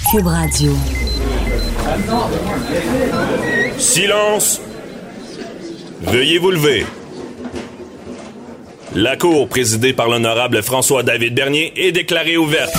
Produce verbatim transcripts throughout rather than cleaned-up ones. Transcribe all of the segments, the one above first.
Cube Radio. Silence! Veuillez vous lever. La cour, présidée par l'honorable François-David Bernier, est déclarée ouverte.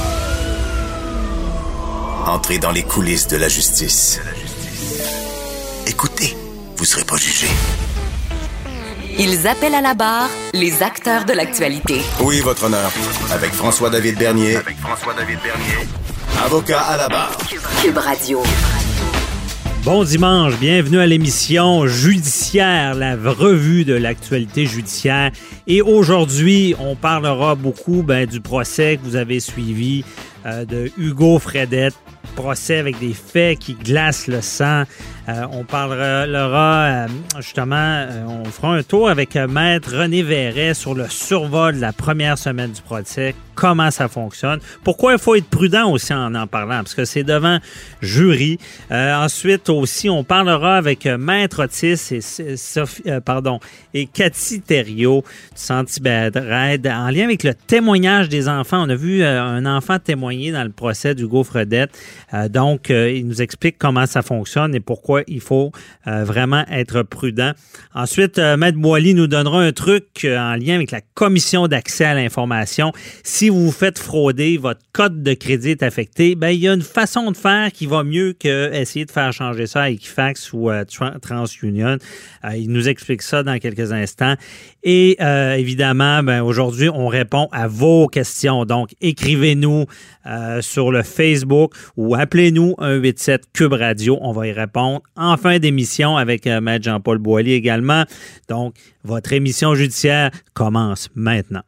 Entrez dans les coulisses de la justice. Écoutez, vous serez pas jugé. Ils appellent à la barre les acteurs de l'actualité. Oui, votre honneur. Avec François-David Bernier. Avec François-David Bernier. Avocat à la barre. Cube Radio. Bon dimanche, bienvenue à l'émission judiciaire, la revue de l'actualité judiciaire. Et aujourd'hui, on parlera beaucoup ben, du procès que vous avez suivi euh, de Hugo Fredette. Procès avec des faits qui glacent le sang. Euh, on parlera euh, justement, euh, on fera un tour avec euh, Maître René Verret sur le survol de la première semaine du procès, comment ça fonctionne, pourquoi il faut être prudent aussi en en parlant, parce que c'est devant jury. Euh, ensuite aussi, on parlera avec euh, Maître Otis et, Sophie, euh, pardon, et Cathy Thériault du Centre Cyber-Aide en lien avec le témoignage des enfants. On a vu euh, un enfant témoigner dans le procès d'Hugo Fredette. Euh, donc, euh, il nous explique comment ça fonctionne et pourquoi il faut euh, vraiment être prudent. Ensuite, euh, Maître Boily nous donnera un truc euh, en lien avec la commission d'accès à l'information. Si vous vous faites frauder, votre code de crédit est affecté, ben il y a une façon de faire qui va mieux qu'essayer de faire changer ça à Equifax ou à TransUnion. Euh, il nous explique ça dans quelques instants. Et euh, évidemment, ben aujourd'hui, on répond à vos questions. Donc, écrivez-nous euh, sur le Facebook ou appelez-nous un huit sept Cube Radio. On va y répondre en fin d'émission avec euh, Maître Jean-Paul Boily également. Donc, votre émission judiciaire commence maintenant.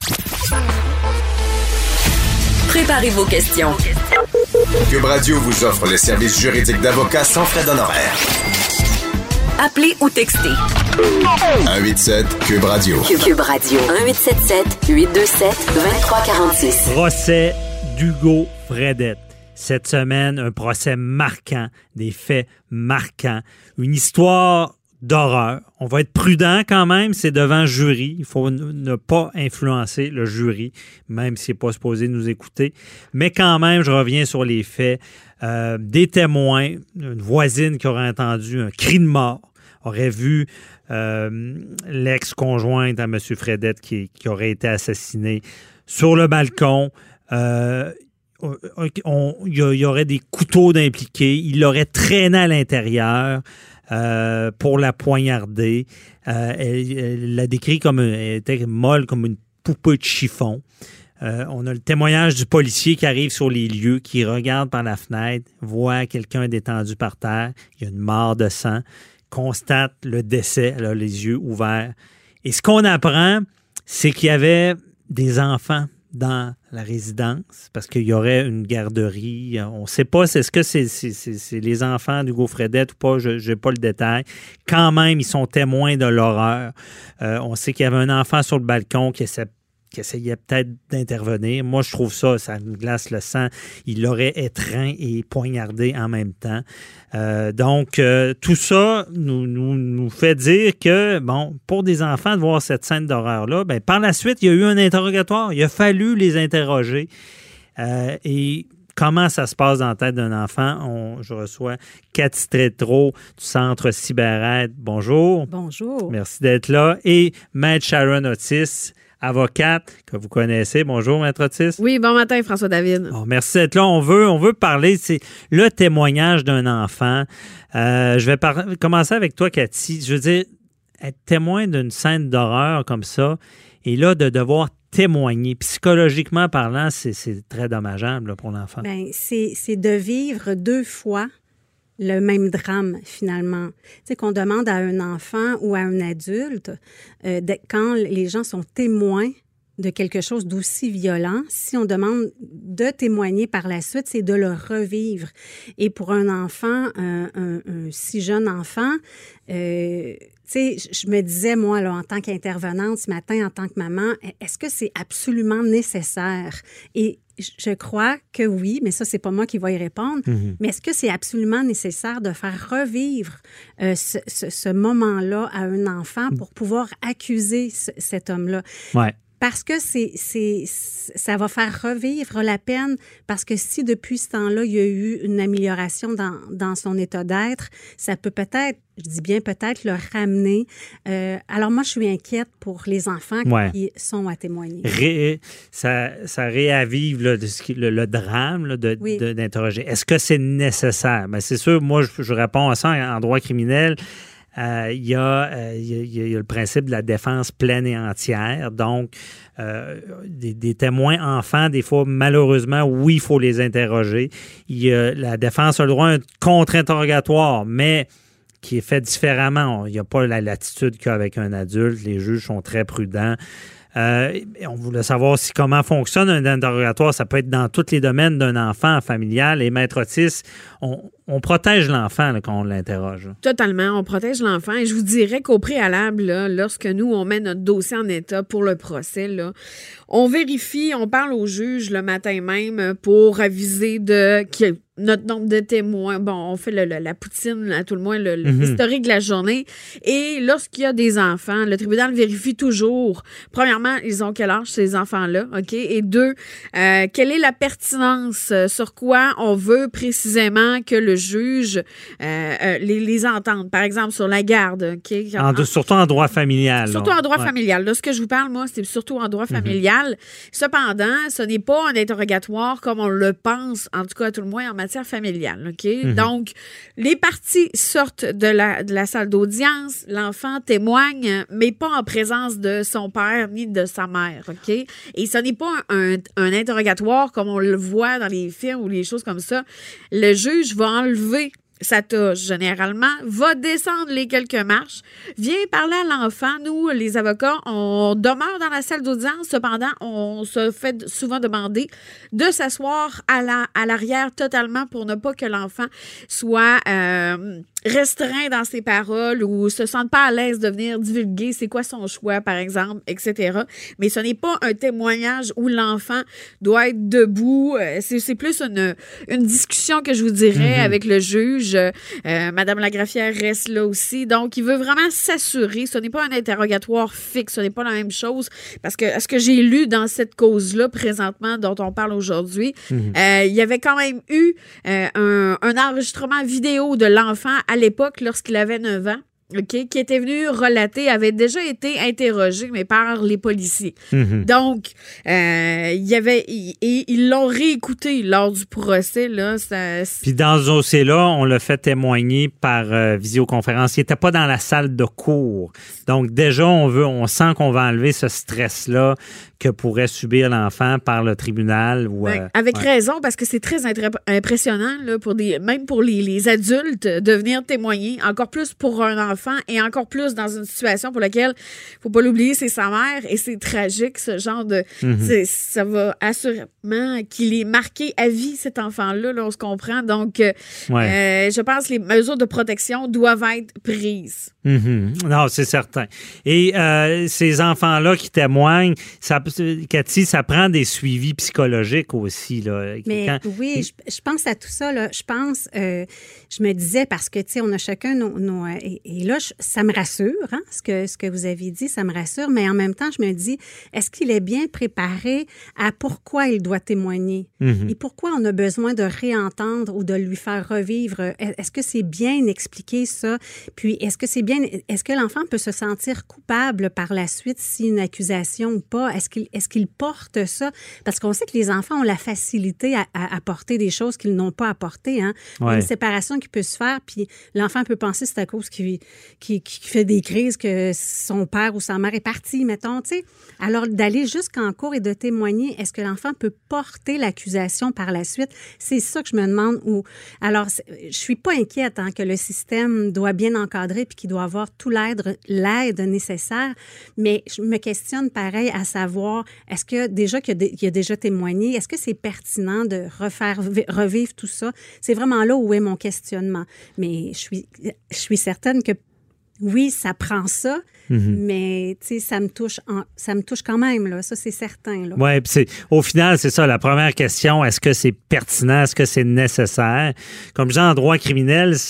Préparez vos questions. Cube Radio vous offre les services juridiques d'avocats sans frais d'honoraires. Appelez ou textez. un huit sept Cube Radio. Cube Radio. un huit sept sept huit deux sept deux trois quatre six. Procès d'Hugo Fredette. Cette semaine, un procès marquant, des faits marquants, une histoire d'horreur. On va être prudent quand même, c'est devant jury. Il faut ne pas influencer le jury, même s'il n'est pas supposé nous écouter. Mais quand même, je reviens sur les faits. Euh, des témoins, une voisine qui aurait entendu un cri de mort, aurait vu euh, l'ex-conjointe à M. Fredette qui, qui aurait été assassiné sur le balcon. Euh, il y, y aurait des couteaux d'impliqués. Il l'aurait traîné à l'intérieur. Euh, pour la poignarder. Euh, elle, elle l'a décrit comme elle était molle comme une poupée de chiffon. Euh, on a le témoignage du policier qui arrive sur les lieux, qui regarde par la fenêtre, voit quelqu'un détendu par terre, il y a une mare de sang, constate le décès, elle a les yeux ouverts. Et ce qu'on apprend, c'est qu'il y avait des enfants dans la résidence, parce qu'il y aurait une garderie. On ne sait pas, est-ce que c'est, c'est, c'est, c'est les enfants d'Hugo Fredette ou pas, je n'ai pas le détail. Quand même, ils sont témoins de l'horreur. Euh, on sait qu'il y avait un enfant sur le balcon qui essaie qui essayait peut-être d'intervenir. Moi, je trouve ça, ça me glace le sang. Il l'aurait étreint et poignardé en même temps. Euh, donc, euh, tout ça nous, nous, nous fait dire que, bon, pour des enfants, de voir cette scène d'horreur-là, ben, par la suite, il y a eu un interrogatoire. Il a fallu les interroger. Euh, et comment ça se passe dans la tête d'un enfant? On, je reçois Cathy Thériault du Centre Cyber-Aide. Bonjour. Bonjour. Merci d'être là. Et Maître Sharon Otis, avocate que vous connaissez. Bonjour, Maître Otis. Oui, bon matin, François-David. Bon, merci d'être là. On veut, on veut parler, c'est le témoignage d'un enfant. Euh, je vais par- commencer avec toi, Cathy. Je veux dire, être témoin d'une scène d'horreur comme ça, et là, de devoir témoigner, psychologiquement parlant, c'est, c'est très dommageable là, pour l'enfant. Bien, c'est, c'est de vivre deux fois le même drame, finalement. Tu sais, qu'on demande à un enfant ou à un adulte, euh, de, quand les gens sont témoins de quelque chose d'aussi violent, si on demande de témoigner par la suite, c'est de le revivre. Et pour un enfant, un, un, un si jeune enfant, euh, tu sais, je me disais, moi, là, en tant qu'intervenante ce matin, en tant que maman, est-ce que c'est absolument nécessaire? Et je crois que oui, mais ça, c'est pas moi qui vais y répondre. Mm-hmm. Mais est-ce que c'est absolument nécessaire de faire revivre euh, ce, ce, ce moment-là à un enfant pour pouvoir accuser ce, cet homme-là? Ouais. parce que c'est, c'est, ça va faire revivre la peine, parce que si depuis ce temps-là, il y a eu une amélioration dans, dans son état d'être, ça peut peut-être, je dis bien peut-être, le ramener. Euh, alors moi, je suis inquiète pour les enfants ouais. qui sont à témoigner. Ré, ça, ça réavive là, de ce qui, le, le drame là, de, oui. de, d'interroger. Est-ce que c'est nécessaire? Ben, c'est sûr, moi, je, je réponds à ça en droit criminel. Euh, il, y a, euh, il, y a, il y a le principe de la défense pleine et entière. Donc, euh, des, des témoins enfants, des fois, malheureusement, oui, il faut les interroger. Il y a, la défense a le droit à un contre-interrogatoire, mais qui est fait différemment. Il n'y a pas la latitude qu'avec un adulte. Les juges sont très prudents. Euh, on voulait savoir si comment fonctionne un interrogatoire. Ça peut être dans tous les domaines d'un enfant familial. Et Maître Otis, on, on protège l'enfant là, quand on l'interroge. Totalement, on protège l'enfant. Et je vous dirais qu'au préalable, là, lorsque nous, on met notre dossier en état pour le procès, là, on vérifie, on parle au juge le matin même pour aviser de qui, notre nombre de témoins. Bon, on fait le, le, la poutine, à tout le moins, le, le, mm-hmm. l'historique de la journée. Et lorsqu'il y a des enfants, le tribunal vérifie toujours, premièrement, ils ont quel âge, ces enfants-là, OK? Et deux, euh, quelle est la pertinence, sur quoi on veut précisément que le juge euh, euh, les, les entende. Par exemple, sur la garde, OK? En, en, surtout en droit familial. Surtout là. en droit ouais. familial. Là, ce que je vous parle, moi, c'est surtout en droit familial. Mm-hmm. Cependant, ce n'est pas un interrogatoire comme on le pense, en tout cas, à tout le moins, en matière familiale, OK? Mm-hmm. Donc, les parties sortent de la, de la salle d'audience, l'enfant témoigne, mais pas en présence de son père ni de sa mère, OK? Et ce n'est pas un, un, un interrogatoire comme on le voit dans les films ou les choses comme ça. Le juge va enlever sa touche, généralement, va descendre les quelques marches, vient parler à l'enfant. Nous, les avocats, on demeure dans la salle d'audience. Cependant, on se fait souvent demander de s'asseoir à, la, à l'arrière totalement pour ne pas que l'enfant soit euh, restreint dans ses paroles ou se sente pas à l'aise de venir divulguer c'est quoi son choix, par exemple, et cetera. Mais ce n'est pas un témoignage où l'enfant doit être debout. C'est, c'est plus une, une discussion que je vous dirais mm-hmm. avec le juge. Euh, Madame Lagraffière reste là aussi. Donc, il veut vraiment s'assurer. Ce n'est pas un interrogatoire fixe. Ce n'est pas la même chose. Parce que ce que j'ai lu dans cette cause-là, présentement, dont on parle aujourd'hui, mm-hmm. euh, il y avait quand même eu euh, un, un enregistrement vidéo de l'enfant à l'époque, lorsqu'il avait neuf ans. OK, qui était venu relater, avait déjà été interrogé, mais par les policiers. Mm-hmm. Donc, euh, il y avait, et ils, ils l'ont réécouté lors du procès, là. Ça, Puis dans ce dossier-là, on l'a fait témoigner par euh, visioconférence. Il n'était pas dans la salle de cours. Donc, déjà, on veut, on sent qu'on va enlever ce stress-là que pourrait subir l'enfant par le tribunal. Ou, euh, Avec ouais. raison, parce que c'est très intré- impressionnant, là, pour des, même pour les, les adultes, de venir témoigner, encore plus pour un enfant et encore plus dans une situation pour laquelle, faut pas l'oublier, c'est sa mère et c'est tragique, ce genre de... Mm-hmm. Ça va assurément qu'il est marqué à vie, cet enfant-là, là, on se comprend. Donc, ouais. euh, je pense que les mesures de protection doivent être prises. Mm-hmm. Non, c'est certain. Et euh, ces enfants-là qui témoignent, ça, Cathy, ça prend des suivis psychologiques aussi. Là. Mais Quand... oui, je, je pense à tout ça. Là. Je pense, euh, je me disais, parce que, tu sais, on a chacun nos... nos et, et là, je, ça me rassure, hein, ce que, ce que vous avez dit, ça me rassure, mais en même temps, je me dis, est-ce qu'il est bien préparé à pourquoi il doit témoigner? Mm-hmm. Et pourquoi on a besoin de réentendre ou de lui faire revivre? Est-ce que c'est bien expliqué, ça? Puis, est-ce que c'est bien Est-ce que l'enfant peut se sentir coupable par la suite si une accusation ou pas? Est-ce qu'il, est-ce qu'il porte ça? Parce qu'on sait que les enfants ont la facilité à, à apporter des choses qu'ils n'ont pas apportées. Hein? Ouais. Une séparation qui peut se faire, puis l'enfant peut penser que c'est à cause qu'il, qu'il, qu'il fait des crises, que son père ou sa mère est parti, mettons. T'sais. Alors, d'aller jusqu'en cours et de témoigner, est-ce que l'enfant peut porter l'accusation par la suite? C'est ça que je me demande. Où... Alors, je suis pas inquiète hein, que le système doit bien encadrer puis qu'il doit avoir tout l'aide, l'aide nécessaire, mais je me questionne pareil à savoir, est-ce que déjà qu'il y a, qu'il y a déjà témoigné, est-ce que c'est pertinent de refaire revivre tout ça? C'est vraiment là où est mon questionnement. Mais je suis, je suis certaine que oui, ça prend ça, mm-hmm. mais tu sais, ça me touche, en, ça me touche quand même là. Ça c'est certain là. Ouais, puis c'est au final c'est ça la première question. Est-ce que c'est pertinent? Est-ce que c'est nécessaire? Comme je dis en droit criminel, ça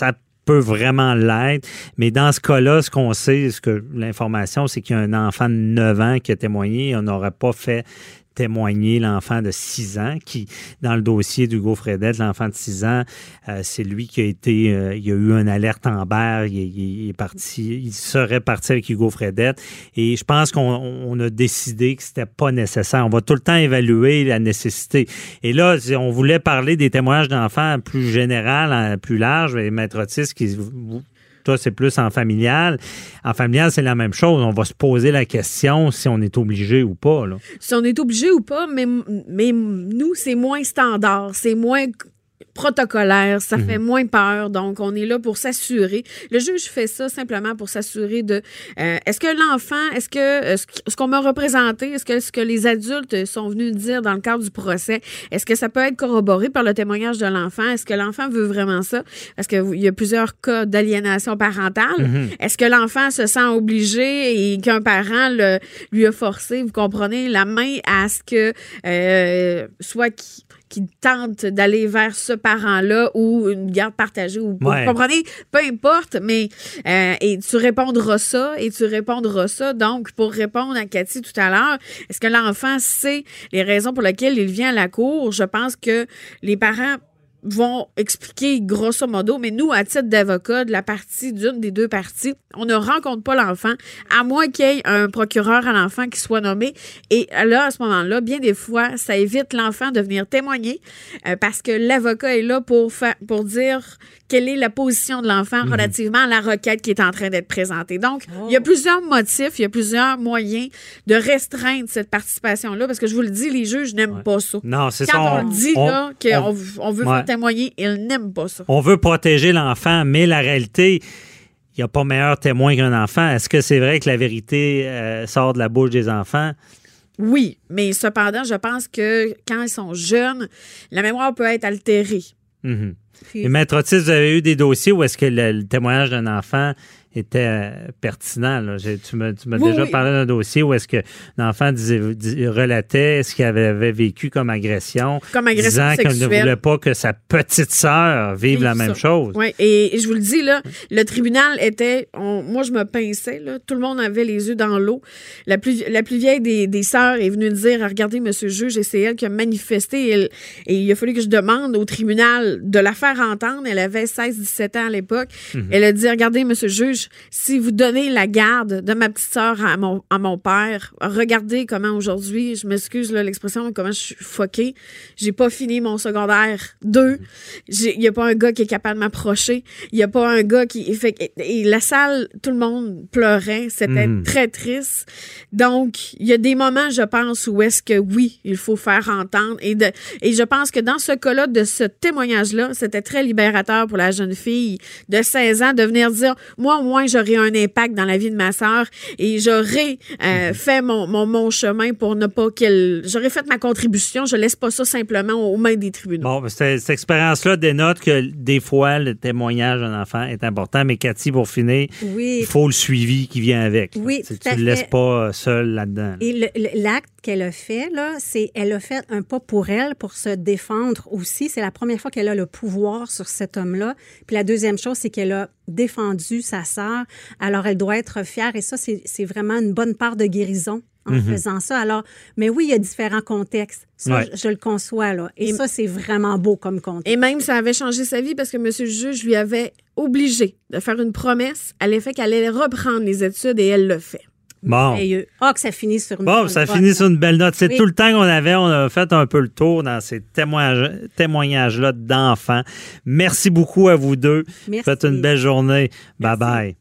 peut vraiment l'être. Mais dans ce cas-là, ce qu'on sait, ce que l'information, c'est qu'il y a un enfant de neuf ans qui a témoigné. On n'aurait pas fait témoigner l'enfant de six ans qui, dans le dossier d'Hugo Fredette, l'enfant de six ans, euh, c'est lui qui a été, euh, il y a eu une alerte Amber, il, il, il est parti, il serait parti avec Hugo Fredette et je pense qu'on on a décidé que c'était pas nécessaire. On va tout le temps évaluer la nécessité. Et là, on voulait parler des témoignages d'enfants plus général, plus large, mais Maître Otis qui toi, c'est plus en familial. En familial, c'est la même chose. On va se poser la question si on est obligé ou pas. Là. Si on est obligé ou pas, mais, mais nous, c'est moins standard. C'est moins protocolaire, ça mmh. fait moins peur, donc on est là pour s'assurer. Le juge fait ça simplement pour s'assurer de euh, est-ce que l'enfant, est-ce que euh, ce qu'on m'a représenté, est-ce que ce que les adultes sont venus dire dans le cadre du procès, est-ce que ça peut être corroboré par le témoignage de l'enfant? Est-ce que l'enfant veut vraiment ça? Parce qu'il y a plusieurs cas d'aliénation parentale. Mmh. Est-ce que l'enfant se sent obligé et qu'un parent le, lui a forcé, vous comprenez, la main à ce que euh, soit qui qui tente d'aller vers ce parent-là ou une garde partagée ou ouais. vous comprenez, peu importe, mais euh, et tu répondras ça et tu répondras ça. Donc, pour répondre à Cathy tout à l'heure, est-ce que l'enfant sait les raisons pour lesquelles il vient à la cour? Je pense que les parents vont expliquer grosso modo, mais nous, à titre d'avocat, de la partie, d'une des deux parties, on ne rencontre pas l'enfant, à moins qu'il y ait un procureur à l'enfant qui soit nommé. Et là, à ce moment-là, bien des fois, ça évite l'enfant de venir témoigner euh, parce que l'avocat est là pour, fa- pour dire quelle est la position de l'enfant mmh. relativement à la requête qui est en train d'être présentée. Donc, oh. il y a plusieurs motifs, il y a plusieurs moyens de restreindre cette participation-là, parce que je vous le dis, les juges n'aiment ouais. pas ça. Non, c'est Quand ça. on, on dit on, là, qu'on on, on veut ouais. faire témoigner, ils n'aiment pas ça. On veut protéger l'enfant, mais la réalité, il n'y a pas meilleur témoin qu'un enfant. Est-ce que c'est vrai que la vérité euh, sort de la bouche des enfants? Oui, mais cependant, je pense que quand ils sont jeunes, la mémoire peut être altérée. Mm-hmm. Et Maître Otis, vous avez eu des dossiers où est-ce que le, le témoignage d'un enfant était euh, pertinent. Là. J'ai, tu m'as, tu m'as oui, déjà oui. parlé d'un dossier où est-ce que l'enfant disait, dis, relatait ce qu'il avait, avait vécu comme agression, comme agression disant sexuelle. Qu'il ne voulait pas que sa petite sœur vive oui, la même ça. chose. Oui, et, et je vous le dis, là, le tribunal était... On, moi, je me pinçais. Là, tout le monde avait les yeux dans l'eau. La plus, la plus vieille des, des sœurs est venue dire, regardez, monsieur le juge, et c'est elle qui a manifesté. Et, elle, et il a fallu que je demande au tribunal de la faire entendre. Elle avait seize dix-sept ans à l'époque. Mm-hmm. Elle a dit, regardez, monsieur le juge, si vous donnez la garde de ma petite sœur à mon, à mon père, regardez comment aujourd'hui, je m'excuse là, l'expression, comment je suis fuckée. J'ai pas fini mon secondaire deux. Il y a pas un gars qui est capable de m'approcher. Il y a pas un gars qui... Fait, et, et la salle, tout le monde pleurait. C'était mmh. très triste. Donc, il y a des moments, je pense, où est-ce que oui, il faut faire entendre. Et, de, et je pense que dans ce cas-là, de ce témoignage-là, c'était très libérateur pour la jeune fille de seize ans de venir dire, moi, au moins, j'aurais un impact dans la vie de ma sœur et j'aurais euh, fait mon, mon, mon chemin pour ne pas qu'elle... J'aurais fait ma contribution. Je laisse pas ça simplement aux mains des tribunaux. Bon, cette, cette expérience-là dénote que des fois, le témoignage d'un enfant est important. Mais Cathy, pour finir, oui. il faut le suivi qui vient avec. Oui, tu tout à ne le laisses pas seul là-dedans. Là. Et le, le, l'acte qu'elle a fait, là, c'est elle a fait un pas pour elle, pour se défendre aussi. C'est la première fois qu'elle a le pouvoir sur cet homme-là. Puis la deuxième chose, c'est qu'elle a défendu sa sœur. Alors, elle doit être fière. Et ça, c'est, c'est vraiment une bonne part de guérison en mm-hmm. faisant ça. Alors, mais oui, il y a différents contextes. Ça, ouais. je, je le conçois, là. Et, et ça, c'est vraiment beau comme contexte. Et même, ça avait changé sa vie parce que M. le juge lui avait obligé de faire une promesse à l'effet qu'elle allait reprendre les études et elle le fait. Bon. Ah, oh, que ça finit sur une bon, bonne ça bonne. finit sur une belle note. C'est oui. tout le temps qu'on avait. On a fait un peu le tour dans ces témoignages, témoignages-là d'enfants. Merci beaucoup à vous deux. Merci. Faites une belle journée. Merci. Bye-bye.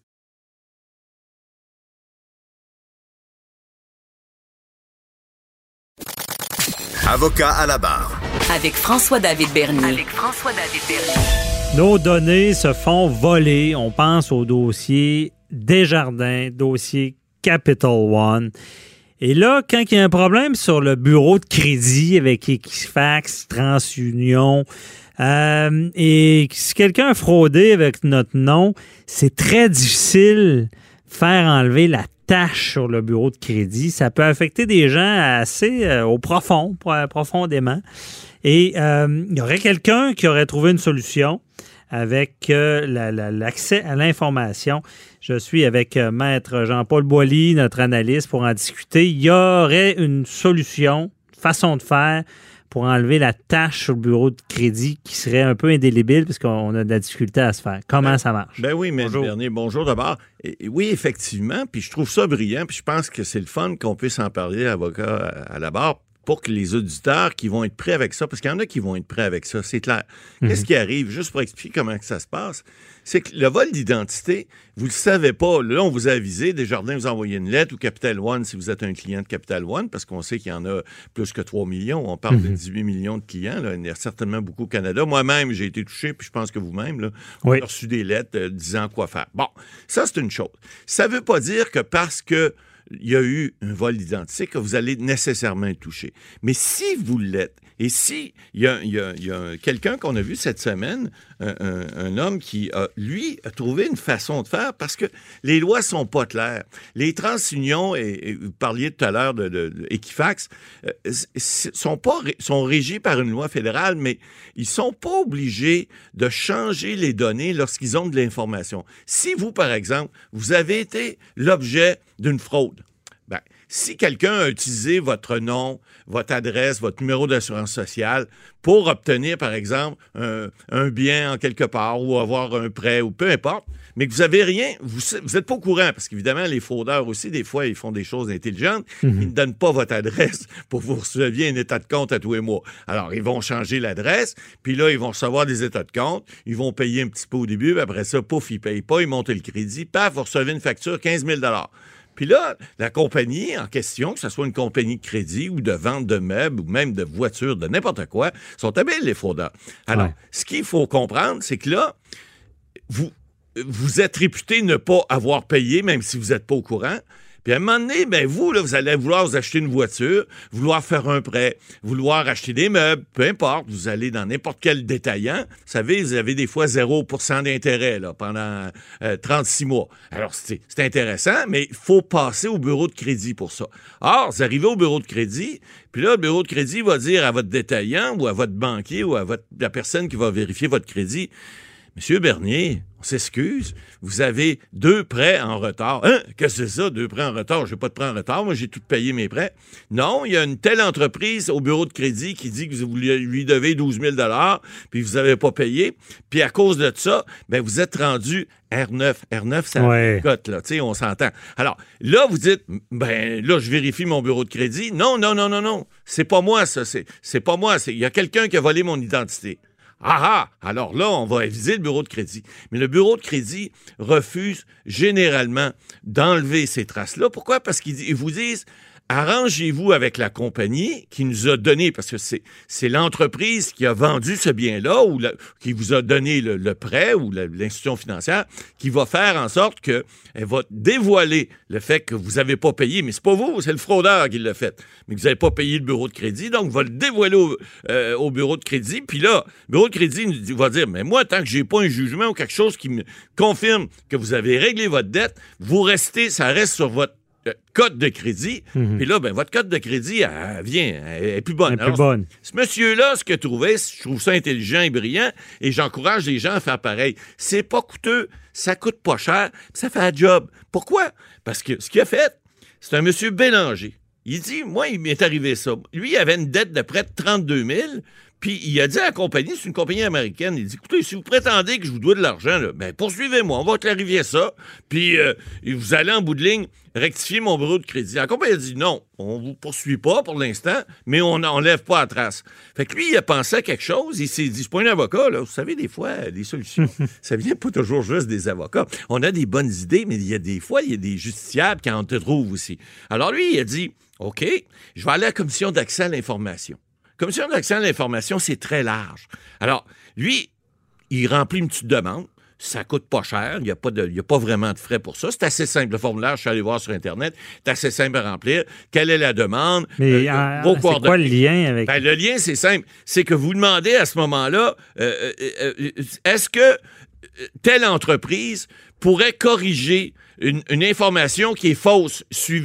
Avocat à la barre. Avec François-David Bernier. Avec François-David Bernier. Nos données se font voler. On pense au dossier Desjardins, dossier Capital One. Et là, quand il y a un problème sur le bureau de crédit avec Equifax, TransUnion, euh, et si quelqu'un a fraudé avec notre nom, c'est très difficile de faire enlever la tâche sur le bureau de crédit. Ça peut affecter des gens assez euh, au profond, profondément. Et euh, il y aurait quelqu'un qui aurait trouvé une solution. avec euh, la, la, l'accès à l'information. Je suis avec euh, Maître Jean-Paul Boilly, notre analyste, pour en discuter. Il y aurait une solution, façon de faire pour enlever la tâche sur le bureau de crédit qui serait un peu indélébile parce qu'on a de la difficulté à se faire. Comment ben, ça marche? Ben oui, M. Bernier, bonjour d'abord. Et, et oui, effectivement, puis je trouve ça brillant, puis je pense que c'est le fun qu'on puisse en parler, avocat à, à la barre, pour que les auditeurs qui vont être prêts avec ça, parce qu'il y en a qui vont être prêts avec ça, c'est clair. Mm-hmm. Qu'est-ce qui arrive? Juste pour expliquer comment que ça se passe, c'est que le vol d'identité, vous le savez pas. Là, on vous a avisé, Desjardins vous a envoyé une lettre, ou Capital One, si vous êtes un client de Capital One, parce qu'on sait qu'il y en a plus que trois millions. On parle mm-hmm. de dix-huit millions de clients. Là. Il y en a certainement beaucoup au Canada. Moi-même, j'ai été touché, puis je pense que vous-même, là, oui. on a reçu des lettres euh, disant quoi faire. Bon, ça, c'est une chose. Ça veut pas dire que parce que il y a eu un vol d'identité que vous allez nécessairement être touché. Mais si vous l'êtes, et si il y a, il y a, il y a quelqu'un qu'on a vu cette semaine, un, un, un homme qui, a, lui, a trouvé une façon de faire parce que les lois sont pas claires. Les transunions, et, et vous parliez tout à l'heure de, de, de Equifax, euh, sont pas sont régis par une loi fédérale, mais ils sont pas obligés de changer les données lorsqu'ils ont de l'information. Si vous, par exemple, vous avez été l'objet d'une fraude, ben, si quelqu'un a utilisé votre nom, votre adresse, votre numéro d'assurance sociale pour obtenir, par exemple, un, un bien en quelque part ou avoir un prêt ou peu importe, mais que vous n'avez rien, vous n'êtes pas au courant, parce qu'évidemment, les fraudeurs aussi, des fois, ils font des choses intelligentes. Mm-hmm. Ils ne donnent pas votre adresse pour que vous receviez un état de compte à tous les mois. Alors, ils vont changer l'adresse, puis là, ils vont recevoir des états de compte, ils vont payer un petit peu au début, puis après ça, pouf, ils ne payent pas, ils montent le crédit, paf, vous recevez une facture quinze mille dollars. Puis là, la compagnie en question, que ce soit une compagnie de crédit ou de vente de meubles ou même de voitures, de n'importe quoi, sont habiles, les fraudeurs. Alors, ouais. ce qu'il faut comprendre, c'est que là, vous, vous êtes réputé ne pas avoir payé, même si vous n'êtes pas au courant. Puis à un moment donné, ben vous, là, vous allez vouloir vous acheter une voiture, vouloir faire un prêt, vouloir acheter des meubles, peu importe. Vous allez dans n'importe quel détaillant. Vous savez, vous avez des fois zéro pour cent d'intérêt là, pendant euh, trente-six mois. Alors, c'est, c'est intéressant, mais il faut passer au bureau de crédit pour ça. Or, vous arrivez au bureau de crédit, puis là, le bureau de crédit va dire à votre détaillant ou à votre banquier ou à votre, la personne qui va vérifier votre crédit, « Monsieur Bernier, on s'excuse, vous avez deux prêts en retard. » Hein? Qu'est-ce que c'est ça, deux prêts en retard? Je n'ai pas de prêts en retard, moi j'ai tout payé mes prêts. Non, il y a une telle entreprise au bureau de crédit qui dit que vous lui devez douze mille dollars, puis vous n'avez pas payé. Puis à cause de ça, ben vous êtes rendu R neuf. R neuf, ça ouais. cote, là, tu sais, on s'entend. Alors, là, vous dites, ben là, je vérifie mon bureau de crédit. Non, non, non, non, non. C'est pas moi, ça. C'est, c'est pas moi. Il y a quelqu'un qui a volé mon identité. Ah ah! Alors là, on va aviser le bureau de crédit. Mais le bureau de crédit refuse généralement d'enlever ces traces-là. Pourquoi? Parce qu'ils vous disent, arrangez-vous avec la compagnie qui nous a donné, parce que c'est, c'est l'entreprise qui a vendu ce bien-là ou la, qui vous a donné le, le prêt ou la, l'institution financière qui va faire en sorte qu'elle va dévoiler le fait que vous n'avez pas payé. Mais c'est pas vous, c'est le fraudeur qui l'a fait. Mais que vous n'avez pas payé le bureau de crédit, donc va le dévoiler au, euh, au bureau de crédit. Puis là, le bureau de crédit va dire, mais moi, tant que j'ai pas un jugement ou quelque chose qui me confirme que vous avez réglé votre dette, vous restez, ça reste sur votre code de crédit, mm-hmm. puis là, ben, votre code de crédit, elle vient, elle est plus bonne. Elle est plus bonne. Ce monsieur-là, ce qu'il a trouvé, je trouve ça intelligent et brillant, et j'encourage les gens à faire pareil. C'est pas coûteux, ça coûte pas cher, ça fait un job. Pourquoi? Parce que ce qu'il a fait, c'est un monsieur Bélanger. Il dit, moi, il m'est arrivé ça. Lui, il avait une dette de près de trente-deux mille, puis il a dit à la compagnie, c'est une compagnie américaine, il dit, écoutez, si vous prétendez que je vous dois de l'argent, là, ben poursuivez-moi, on va clarifier ça, puis euh, vous allez en bout de ligne rectifier mon bureau de crédit. La compagnie a dit, non, on vous poursuit pas pour l'instant, mais on n'enlève pas la trace. Fait que lui, il a pensé à quelque chose, il s'est dit, c'est pas un avocat, là, vous savez, des fois, les solutions, ça vient pas toujours juste des avocats. On a des bonnes idées, mais il y a des fois, il y a des justiciables qui en te trouvent aussi. Alors lui, il a dit, OK, je vais aller à la commission d'accès à l'information. Commission d'accès à l'information, c'est très large. Alors, lui, il remplit une petite demande. Ça coûte pas cher. Il n'y a pas de, il y a pas vraiment de frais pour ça. C'est assez simple. Le formulaire, je suis allé voir sur Internet. C'est assez simple à remplir. Quelle est la demande? Mais euh, euh, vos c'est coordonnées. Quoi le lien avec... Ben, le lien, c'est simple. C'est que vous demandez à ce moment-là, euh, euh, euh, est-ce que telle entreprise pourrait corriger une, une information qui est fausse suivant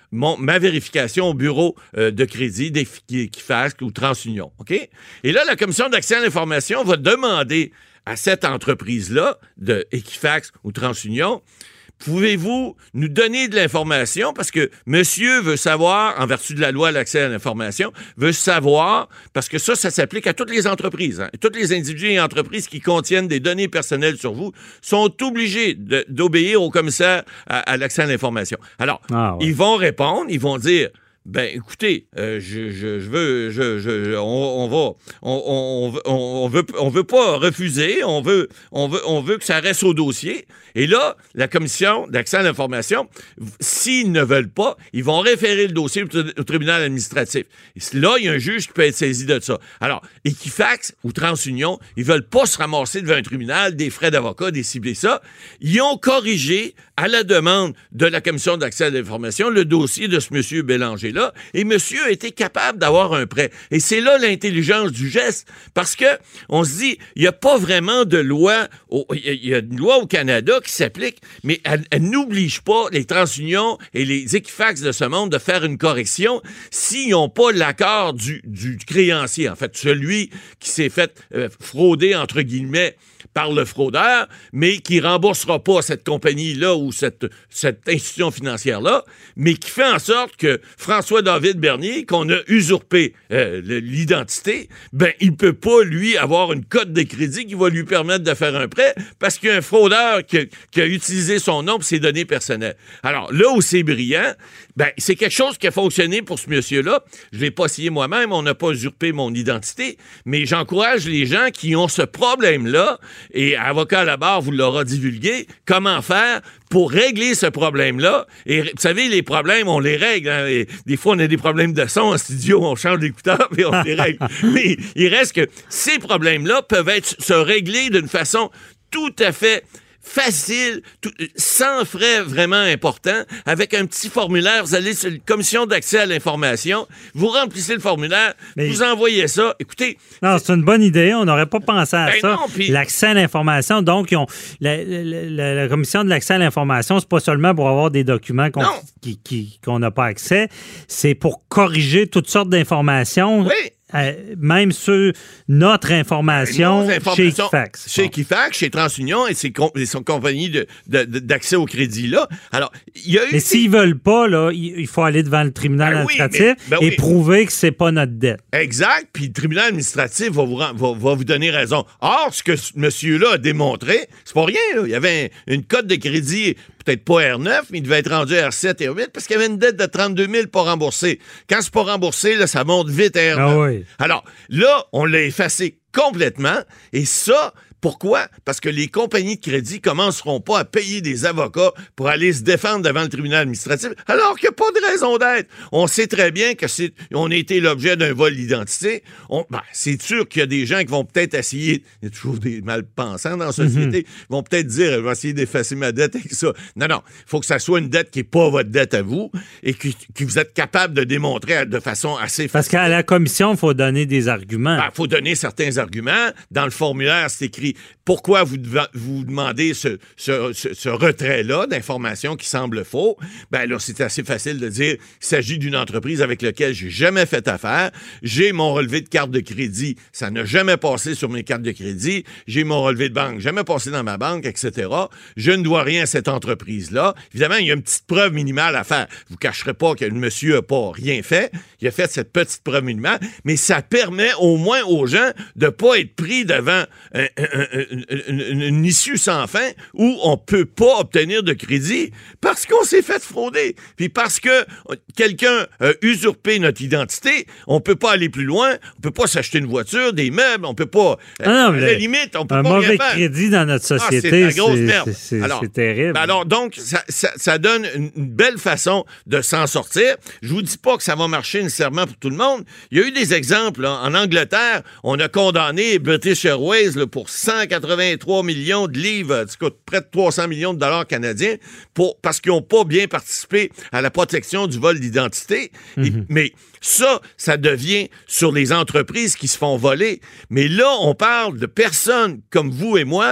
mon, ma vérification au bureau euh, de crédit d'Equifax ou TransUnion. OK? Et là, la Commission d'accès à l'information va demander à cette entreprise-là, de Equifax ou TransUnion, pouvez-vous nous donner de l'information? Parce que monsieur veut savoir, en vertu de la loi à l'accès à l'information, veut savoir, parce que ça, ça s'applique à toutes les entreprises. Hein. Toutes les individus et entreprises qui contiennent des données personnelles sur vous sont obligés de, d'obéir au commissaire à, à l'accès à l'information. Alors, ah ouais. Ils vont répondre, ils vont dire... Ben, écoutez, euh, je, je, je veux, je, je, on, on va, on, on, on veut, on veut pas refuser, on veut, on veut, on veut que ça reste au dossier. Et là, la commission d'accès à l'information, s'ils ne veulent pas, ils vont référer le dossier au, au tribunal administratif. Et là, il y a un juge qui peut être saisi de ça. Alors, Equifax ou TransUnion, ils veulent pas se ramasser devant un tribunal, des frais d'avocat, des ciblés, ça. Ils ont corrigé, à la demande de la commission d'accès à l'information, le dossier de ce monsieur Bélanger-là. Et monsieur a été capable d'avoir un prêt. Et c'est là l'intelligence du geste, parce que on se dit, il n'y a pas vraiment de loi, il y a une loi au Canada qui s'applique, mais elle, elle n'oblige pas les TransUnion et les Equifax de ce monde de faire une correction s'ils n'ont pas l'accord du, du créancier, en fait, celui qui s'est fait euh, frauder, entre guillemets, par le fraudeur, mais qui ne remboursera pas cette compagnie-là ou cette, cette institution financière-là, mais qui fait en sorte que François-David Bernier, qu'on a usurpé euh, l'identité, ben il ne peut pas, lui, avoir une cote de crédit qui va lui permettre de faire un prêt parce qu'il y a un fraudeur qui a, qui a utilisé son nom pour ses données personnelles. Alors, là où c'est brillant, ben c'est quelque chose qui a fonctionné pour ce monsieur-là. Je ne l'ai pas essayé moi-même, on n'a pas usurpé mon identité, mais j'encourage les gens qui ont ce problème-là. Et Avocat à la barre vous l'aura divulgué, comment faire pour régler ce problème-là. Et vous savez, les problèmes, on les règle. Hein? Et des fois, on a des problèmes de son en studio, on change d'écouteur et on les règle. Mais il reste que ces problèmes-là peuvent être se régler d'une façon tout à fait facile, tout, sans frais vraiment importants, avec un petit formulaire. Vous allez sur la commission d'accès à l'information, vous remplissez le formulaire, mais vous envoyez ça. Écoutez... Non, c'est une bonne idée. On n'aurait pas pensé à ben ça. Non, pis... L'accès à l'information, donc, ils ont, la, la, la, la commission de l'accès à l'information, c'est pas seulement pour avoir des documents qu'on qui, qui, qu'on n'a pas accès, c'est pour corriger toutes sortes d'informations. Oui. Euh, même sur notre information, informations chez Equifax. Chez Equifax, chez TransUnion et ses, com- ses compagnies de, de, de, d'accès au crédit, là. Alors, il y a eu... Mais s'ils veulent pas, là, il faut aller devant le tribunal ben administratif oui, mais, ben et oui. prouver que c'est pas notre dette. Exact, puis le tribunal administratif va vous, va, va vous donner raison. Or, ce que ce monsieur-là a démontré, c'est pas rien, là. Il y avait un, une cote de crédit, peut-être pas R neuf, mais il devait être rendu R sept et R huit parce qu'il y avait une dette de trente-deux mille pas remboursée. Quand c'est pas remboursé, là, ça monte vite à R neuf. Ah oui. Alors, là, on l'a effacé complètement. Et ça, pourquoi? Parce que les compagnies de crédit commenceront pas à payer des avocats pour aller se défendre devant le tribunal administratif, alors qu'il n'y a pas de raison d'être. On sait très bien que c'est, on a été l'objet d'un vol d'identité. On, ben, c'est sûr qu'il y a des gens qui vont peut-être essayer, il y a toujours des malpensants dans la société, mm-hmm. vont peut-être dire, je vais essayer d'effacer ma dette avec ça. Non, non, il faut que ça soit une dette qui n'est pas votre dette à vous et que, que vous êtes capable de démontrer de façon assez facile. Parce qu'à la commission, il faut donner des arguments. Il ben, faut donner certains arguments. Dans le formulaire, c'est écrit pourquoi vous, vous demandez ce, ce, ce, ce retrait-là d'informations qui semblent faux. Ben là, c'est assez facile de dire il s'agit d'une entreprise avec laquelle j'ai jamais fait affaire. J'ai mon relevé de carte de crédit. Ça n'a jamais passé sur mes cartes de crédit. J'ai mon relevé de banque. Jamais passé dans ma banque, et cetera. Je ne dois rien à cette entreprise-là. Évidemment, il y a une petite preuve minimale à faire. Vous ne cacherez pas que le monsieur n'a pas rien fait. Il a fait cette petite preuve minimale, mais ça permet au moins aux gens de ne pas être pris devant un, un, un, une, une, une issue sans fin où on peut pas obtenir de crédit parce qu'on s'est fait frauder. Puis parce que quelqu'un a usurpé notre identité, on peut pas aller plus loin, on peut pas s'acheter une voiture, des meubles, on peut pas... Ah non, à la limite, on peut un pas mauvais rien faire. Crédit dans notre société, ah, c'est, la grosse c'est, merde. C'est, c'est, alors, c'est terrible. Ben alors, donc, ça, ça, ça donne une belle façon de s'en sortir. Je vous dis pas que ça va marcher nécessairement pour tout le monde. Il y a eu des exemples. Là. En Angleterre, on a condamné British Airways là, pour cent quatre-vingt-trois millions de livres, ça coûte près de trois cents millions de dollars canadiens, pour, parce qu'ils n'ont pas bien participé à la protection du vol d'identité. Mm-hmm. Et, mais ça, ça devient sur les entreprises qui se font voler. Mais là, on parle de personnes comme vous et moi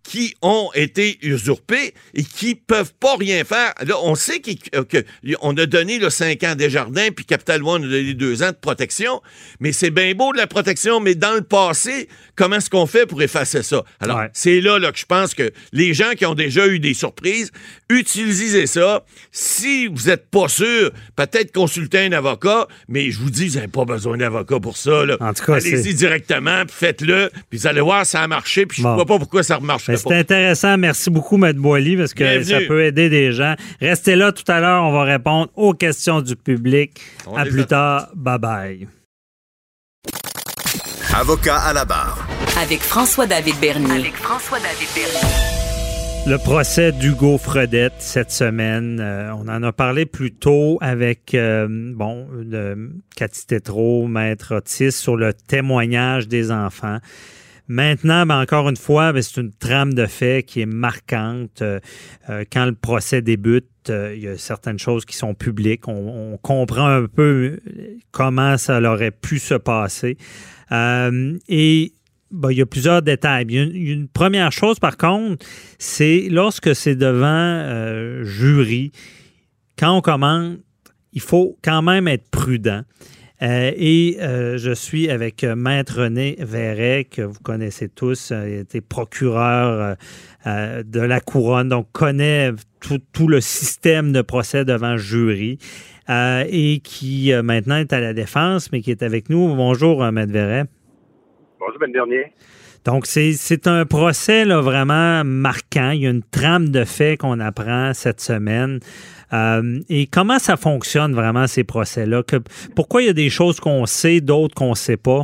qui ont été usurpés et qui peuvent pas rien faire. Là, on sait qu'on a donné là, cinq ans à Desjardins, puis Capital One a donné deux ans de protection, mais c'est bien beau de la protection, mais dans le passé, comment est-ce qu'on fait pour effacer ça? Alors, ouais. c'est là, là que je pense que les gens qui ont déjà eu des surprises, utilisez ça. Si vous n'êtes pas sûr, peut-être consulter un avocat, mais je vous dis, vous n'avez pas besoin d'avocat pour ça. Là. En tout cas, allez-y c'est... directement, puis faites-le, puis vous allez voir, ça a marché, puis je ne bon. vois pas pourquoi ça ne remarcherait pas. C'est intéressant. Merci beaucoup, M. Boily, parce que Bienvenue. Ça peut aider des gens. Restez là tout à l'heure, on va répondre aux questions du public. On à plus a... tard. Bye-bye. Avocat à la barre. Avec François-David Bernier. Avec François-David Bernier. Le procès d'Hugo Fredette cette semaine, euh, on en a parlé plus tôt avec euh, bon, de Cathy Tétrault, Maître Otis, sur le témoignage des enfants. Maintenant, ben, encore une fois, ben, c'est une trame de fait qui est marquante. Euh, euh, quand le procès débute, euh, il y a certaines choses qui sont publiques. On, on comprend un peu comment ça aurait pu se passer. Euh, et ben, il y a plusieurs détails. Il y a une, une première chose, par contre, c'est lorsque c'est devant euh, jury, quand on commente, il faut quand même être prudent. Euh, et euh, je suis avec euh, Maître René Verret, que vous connaissez tous. Euh, il a été procureur euh, euh, de la Couronne, donc connaît tout, tout le système de procès devant jury euh, et qui euh, maintenant est à la défense, mais qui est avec nous. Bonjour, euh, Maître Verret. Bonjour, M. Bernier. Donc, c'est, c'est un procès là, vraiment marquant. Il y a une trame de faits qu'on apprend cette semaine. Euh, et comment ça fonctionne vraiment, ces procès-là? Que, pourquoi il y a des choses qu'on sait, d'autres qu'on ne sait pas?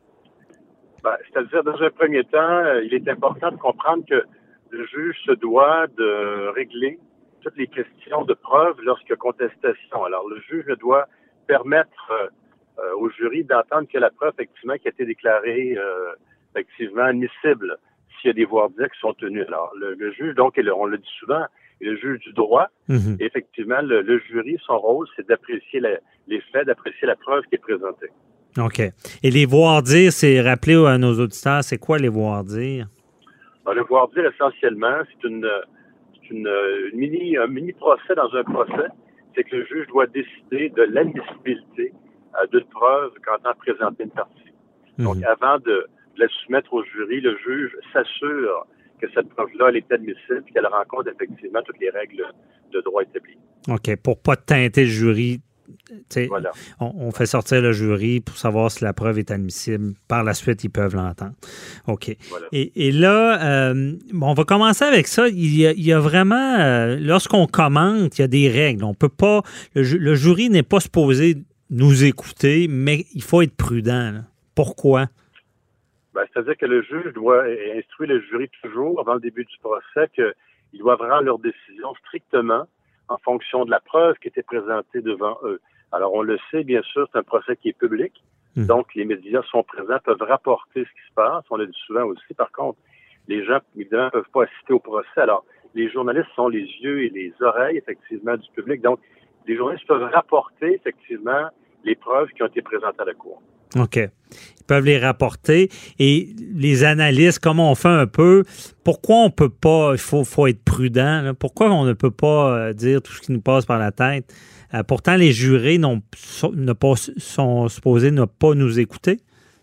Ben, c'est-à-dire, dans un premier temps, il est important de comprendre que le juge se doit de régler toutes les questions de preuve lorsqu'il y a contestation. Alors, le juge doit permettre euh, au jury d'entendre que la preuve, effectivement, qui a été déclarée euh, effectivement admissible s'il y a des voir-dire qui sont tenus. Alors, le, le juge, donc, on le dit souvent, est le juge du droit. Mm-hmm. Et effectivement, le, le jury, son rôle, c'est d'apprécier la, les faits, d'apprécier la preuve qui est présentée. OK. Et les voir-dire, c'est rappeler à nos auditeurs, c'est quoi les voir-dire? Ben, le voir-dire, essentiellement, c'est une, c'est une, une mini, un mini-procès dans un procès. C'est que le juge doit décider de l'admissibilité euh, d'une preuve quand on présente une partie. Mm-hmm. Donc, avant de, de la soumettre au jury, le juge s'assure que cette preuve-là, elle est admissible et qu'elle rencontre effectivement toutes les règles de droit établies. OK. Pour pas teinter le jury, voilà. on, on fait sortir le jury pour savoir si la preuve est admissible. Par la suite, ils peuvent l'entendre. OK. Voilà. Et, et là, euh, bon, on va commencer avec ça. Il y a, il y a vraiment, euh, lorsqu'on commente, il y a des règles. On peut pas, le, le jury n'est pas supposé nous écouter, mais il faut être prudent. Là. Pourquoi? Ben, c'est-à-dire que le juge doit instruire le jury toujours, avant le début du procès, qu'ils doivent rendre leur décision strictement en fonction de la preuve qui était présentée devant eux. Alors, on le sait, bien sûr, c'est un procès qui est public, mmh. donc les médias sont présents, peuvent rapporter ce qui se passe. On le dit souvent aussi, par contre, les gens, évidemment, ne peuvent pas assister au procès. Alors, les journalistes sont les yeux et les oreilles, effectivement, du public. Donc, les journalistes peuvent rapporter, effectivement, les preuves qui ont été présentées à la Cour. OK. Ils peuvent les rapporter. Et les analystes, comment on fait un peu, pourquoi on peut pas, il faut, faut être prudent, là, pourquoi on ne peut pas euh, dire tout ce qui nous passe par la tête? Euh, pourtant, les jurés n'ont, sont, ne pas, sont supposés ne pas nous écouter?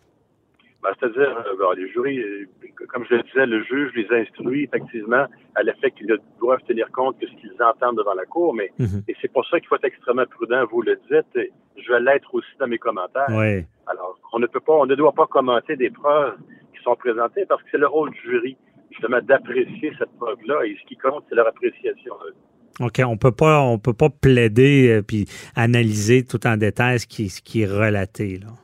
Ben, c'est-à-dire, euh, bon, les jurys, euh, comme je le disais, le juge les instruit effectivement à l'effet qu'ils doivent tenir compte de ce qu'ils entendent devant la Cour, mais mm-hmm. et c'est pour ça qu'il faut être extrêmement prudent, vous le dites, et je vais l'être aussi dans mes commentaires. Oui. Alors, on ne peut pas, on ne doit pas commenter des preuves qui sont présentées parce que c'est le rôle du jury, justement, d'apprécier cette preuve-là, et ce qui compte, c'est leur appréciation. OK, on peut pas, on peut pas plaider euh, puis analyser tout en détail ce qui, ce qui est relaté, là.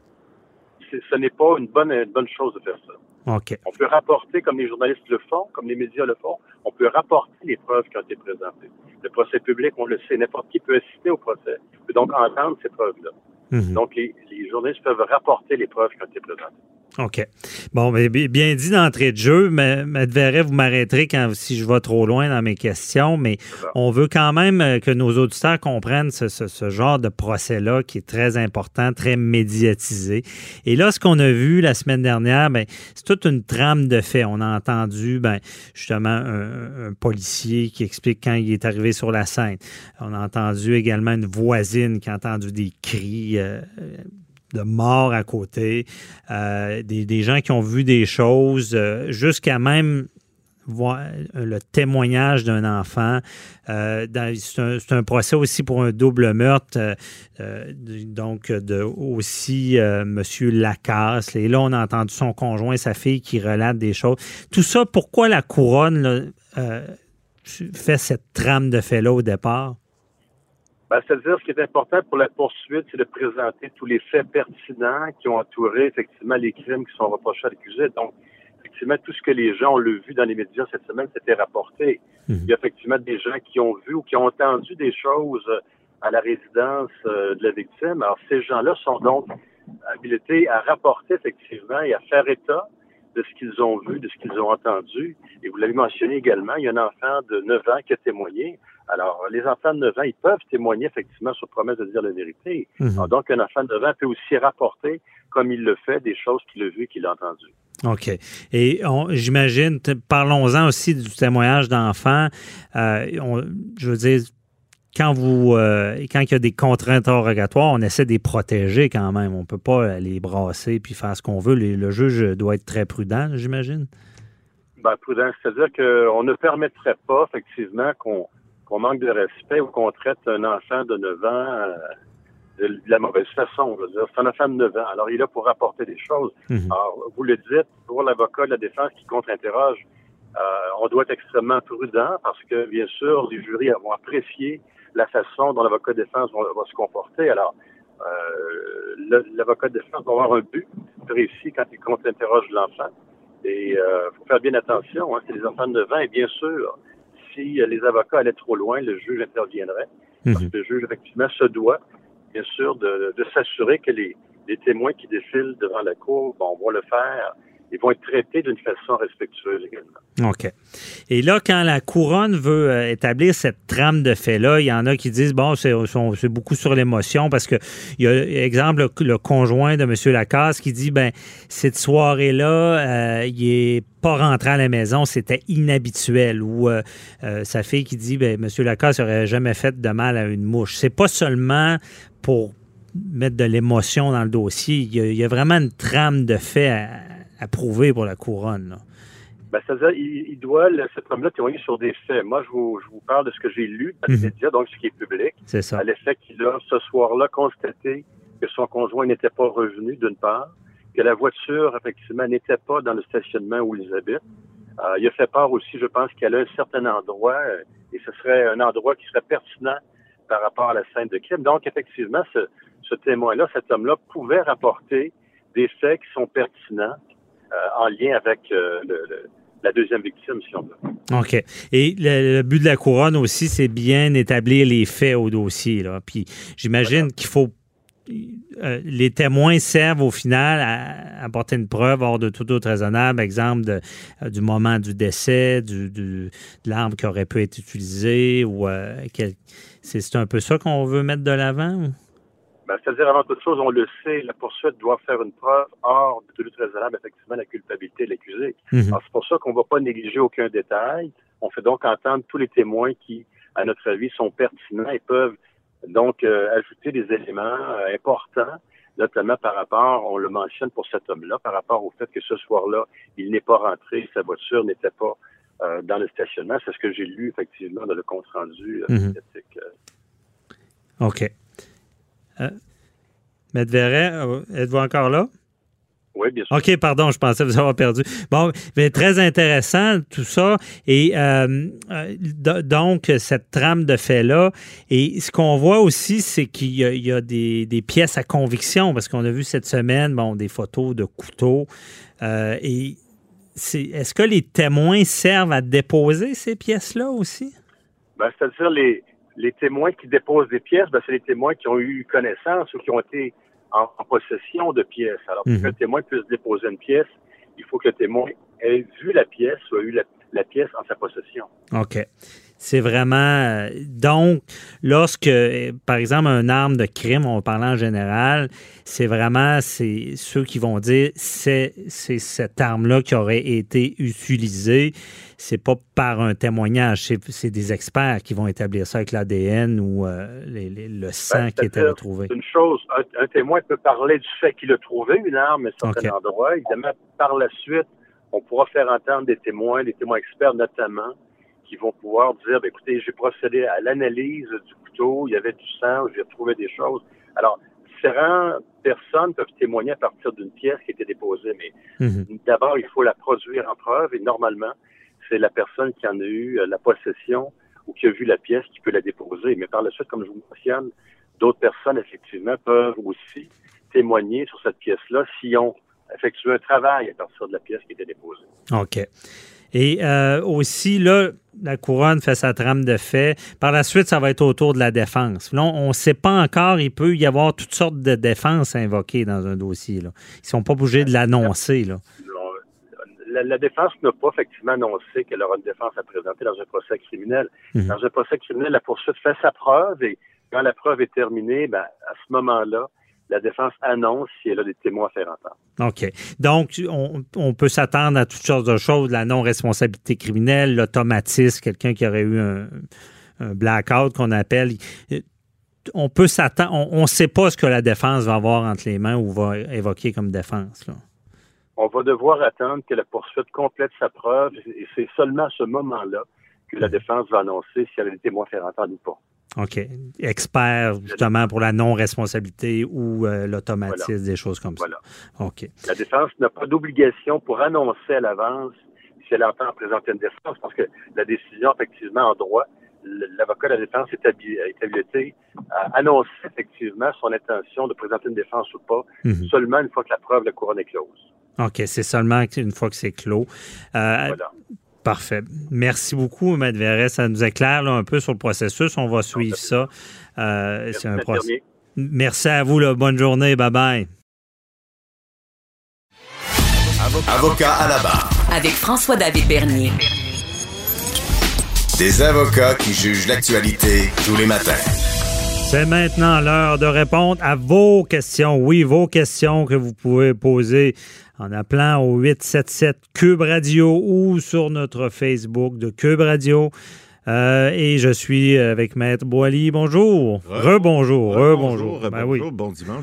Ce n'est pas une bonne, une bonne chose de faire ça. Okay. On peut rapporter, comme les journalistes le font, comme les médias le font, on peut rapporter les preuves qui ont été présentées. Le procès public, on le sait, n'importe qui peut assister au procès, peut donc entendre ces preuves-là. Mm-hmm. Donc, les, les journalistes peuvent rapporter les preuves qui ont été présentées. OK. Bon, mais bien dit d'entrée de jeu, mais Medvedev, vous m'arrêterez quand si je vais trop loin dans mes questions, mais on veut quand même que nos auditeurs comprennent ce, ce, ce genre de procès-là qui est très important, très médiatisé. Et là, ce qu'on a vu la semaine dernière, ben, c'est toute une trame de faits. On a entendu ben, justement un, un policier qui explique quand il est arrivé sur la scène. On a entendu également une voisine qui a entendu des cris euh, de mort à côté, euh, des, des gens qui ont vu des choses, euh, jusqu'à même voir le témoignage d'un enfant. Euh, dans, c'est, un, c'est un procès aussi pour un double meurtre, euh, euh, donc de aussi euh, M. Lacasse. Et là, on a entendu son conjoint et sa fille qui relatent des choses. Tout ça, pourquoi la couronne là, euh, fait cette trame de faits-là au départ? Ben, c'est-à-dire, ce qui est important pour la poursuite, c'est de présenter tous les faits pertinents qui ont entouré, effectivement, les crimes qui sont reprochés à l'accusé. Donc, effectivement, tout ce que les gens ont vu dans les médias cette semaine, c'était rapporté. Mmh. Il y a effectivement des gens qui ont vu ou qui ont entendu des choses à la résidence de la victime. Alors, ces gens-là sont donc habilités à rapporter, effectivement, et à faire état de ce qu'ils ont vu, de ce qu'ils ont entendu. Et vous l'avez mentionné également, il y a un enfant de neuf ans qui a témoigné. Alors, les enfants de neuf ans, ils peuvent témoigner effectivement sur promesse de dire la vérité. Mm-hmm. Alors, donc, un enfant de neuf ans peut aussi rapporter, comme il le fait, des choses qu'il a vues et qu'il a entendues. OK. Et on, j'imagine, t- parlons-en aussi du témoignage d'enfants. Euh, on, je veux dire, quand vous, euh, quand il y a des contraintes interrogatoires, on essaie de les protéger quand même. On ne peut pas les brasser puis faire ce qu'on veut. Les, le juge doit être très prudent, j'imagine. Ben, prudent, c'est-à-dire qu'on ne permettrait pas, effectivement, qu'on qu'on manque de respect ou qu'on traite un enfant de neuf ans euh, de, de la mauvaise façon. Je veux dire, c'est un enfant de neuf ans. Alors, il est là pour rapporter des choses. Mm-hmm. Alors, vous le dites, pour l'avocat de la défense qui contre-interroge, euh, on doit être extrêmement prudent parce que, bien sûr, les jurys vont apprécier la façon dont l'avocat de défense va, va se comporter. Alors, euh, le, l'avocat de défense va avoir un but précis quand il contre-interroge l'enfant. Et il euh, faut faire bien attention. Hein, c'est les enfants de neuf ans. Et bien sûr, si les avocats allaient trop loin, le juge interviendrait. Mmh. Parce que le juge, effectivement, se doit, bien sûr, de, de s'assurer que les, les témoins qui défilent devant la cour, bon, vont le faire. Ils vont être traités d'une façon respectueuse également. OK. Et là, quand la couronne veut euh, établir cette trame de faits-là, il y en a qui disent, bon, c'est, c'est beaucoup sur l'émotion parce que, il y a, exemple, le, le conjoint de M. Lacasse qui dit, ben cette soirée-là, euh, il est pas rentré à la maison, c'était inhabituel. Ou euh, euh, sa fille qui dit, ben M. Lacasse n'aurait jamais fait de mal à une mouche. C'est pas seulement pour mettre de l'émotion dans le dossier. Il y a, il y a vraiment une trame de faits à à prouver pour la couronne. Là. Ben, c'est-à-dire, il, il doit, le, cet homme-là, témoigner sur des faits. Moi, je vous, je vous parle de ce que j'ai lu dans les mm-hmm. médias, donc ce qui est public. C'est ça. À l'effet qu'il a, ce soir-là, constaté que son conjoint n'était pas revenu, d'une part, que la voiture, effectivement, n'était pas dans le stationnement où ils habitent. Euh, il a fait part aussi, je pense, qu'elle a un certain endroit, euh, et ce serait un endroit qui serait pertinent par rapport à la scène de crime. Donc, effectivement, ce, ce témoin-là, cet homme-là, pouvait rapporter des faits qui sont pertinents, Euh, en lien avec euh, le, le, la deuxième victime, si on veut. OK. Et le, le but de la couronne aussi, c'est bien établir les faits au dossier. Là. Puis j'imagine voilà. qu'il faut... Euh, les témoins servent au final à apporter une preuve hors de tout autre raisonnable, exemple de, euh, du moment du décès, du, du, de l'arme qui aurait pu être utilisée. Ou, euh, quel, c'est, c'est un peu ça qu'on veut mettre de l'avant? Ou? Ben, c'est-à-dire, avant toute chose, on le sait, la poursuite doit faire une preuve hors de tout raisonnable, effectivement, la culpabilité de l'accusé. Mm-hmm. Alors, c'est pour ça qu'on ne va pas négliger aucun détail. On fait donc entendre tous les témoins qui, à notre avis, sont pertinents et peuvent donc euh, ajouter des éléments euh, importants, notamment par rapport, on le mentionne pour cet homme-là, par rapport au fait que ce soir-là, il n'est pas rentré, sa voiture n'était pas euh, dans le stationnement. C'est ce que j'ai lu, effectivement, dans le compte-rendu euh, mm-hmm. médiatique. Euh. OK. Euh, Medvedev, êtes-vous encore là? Oui, bien sûr. OK, pardon, je pensais vous avoir perdu. Bon, mais très intéressant tout ça. Et euh, d- donc, cette trame de faits-là. Et ce qu'on voit aussi, c'est qu'il y a, il y a des, des pièces à conviction, parce qu'on a vu cette semaine, bon, des photos de couteaux. Euh, et c'est, est-ce que les témoins servent à déposer ces pièces-là aussi? Ben, c'est-à-dire les... Les témoins qui déposent des pièces, ben, c'est les témoins qui ont eu connaissance ou qui ont été en, en possession de pièces. Alors, pour mm-hmm. que le témoin puisse déposer une pièce, il faut que le témoin ait vu la pièce ou ait eu la, la pièce en sa possession. OK. C'est vraiment... Donc, lorsque, par exemple, une arme de crime, on va parler en général, c'est vraiment c'est ceux qui vont dire c'est, c'est cette arme-là qui aurait été utilisée. C'est pas par un témoignage, c'est, c'est des experts qui vont établir ça avec l'A D N ou euh, les, les, le sang ben, qui était retrouvé. C'est une chose, un, un témoin peut parler du fait qu'il a trouvé une arme à un certain okay. endroit. Évidemment, par la suite, on pourra faire entendre des témoins, des témoins experts notamment, qui vont pouvoir dire, ben, écoutez, j'ai procédé à l'analyse du couteau, il y avait du sang, j'ai retrouvé des choses. Alors, différentes personnes peuvent témoigner à partir d'une pièce qui a été déposée, mais mm-hmm. d'abord, il faut la produire en preuve et normalement, c'est la personne qui en a eu la possession ou qui a vu la pièce qui peut la déposer. Mais par la suite, comme je vous mentionne, d'autres personnes, effectivement, peuvent aussi témoigner sur cette pièce-là s'ils ont effectué un travail à partir de la pièce qui était déposée. OK. Et euh, aussi, là, la couronne fait sa trame de fait. Par la suite, ça va être autour de la défense. Là, on ne sait pas encore. Il peut y avoir toutes sortes de défenses invoquées dans un dossier. Là. Ils ne sont pas obligés de l'annoncer. Là. La, la défense n'a pas effectivement annoncé qu'elle aura une défense à présenter dans un procès criminel. Mmh. Dans un procès criminel, la poursuite fait sa preuve et quand la preuve est terminée, ben, à ce moment-là, la défense annonce si elle a des témoins à faire entendre. OK. Donc, on, on peut s'attendre à toutes sortes de choses, la non-responsabilité criminelle, l'automatisme, quelqu'un qui aurait eu un, un blackout qu'on appelle. On peut s'attendre, on ne sait pas ce que la défense va avoir entre les mains ou va évoquer comme défense, là. On va devoir attendre que la poursuite complète sa preuve et c'est seulement à ce moment-là que la défense va annoncer si elle a des témoins à faire entendre ou pas. OK. Expert, justement, pour la non-responsabilité ou euh, l'automatisme, voilà. Des choses comme voilà. ça. OK. La défense n'a pas d'obligation pour annoncer à l'avance si elle entend présenter une défense, parce que la décision, effectivement, en droit, l'avocat de la défense est habilité à annoncer, effectivement, son intention de présenter une défense ou pas, mm-hmm. seulement une fois que la preuve de la couronne est close. OK. C'est seulement une fois que c'est clos. Euh, voilà. Parfait. Merci beaucoup, M. Verret. Ça nous éclaire là, un peu sur le processus. On va suivre ça. Euh, c'est un processus. Merci à vous. Là. Bonne journée. Bye-bye. Avocat à la barre. Avec François-David Bernier. Des avocats qui jugent l'actualité tous les matins. C'est maintenant l'heure de répondre à vos questions. Oui, vos questions que vous pouvez poser en appelant au huit sept sept Cube Radio ou sur notre Facebook de Cube Radio. Euh, et je suis avec Maître Boily. Bonjour. Rebonjour. Rebonjour. Re ben oui. Bon dimanche.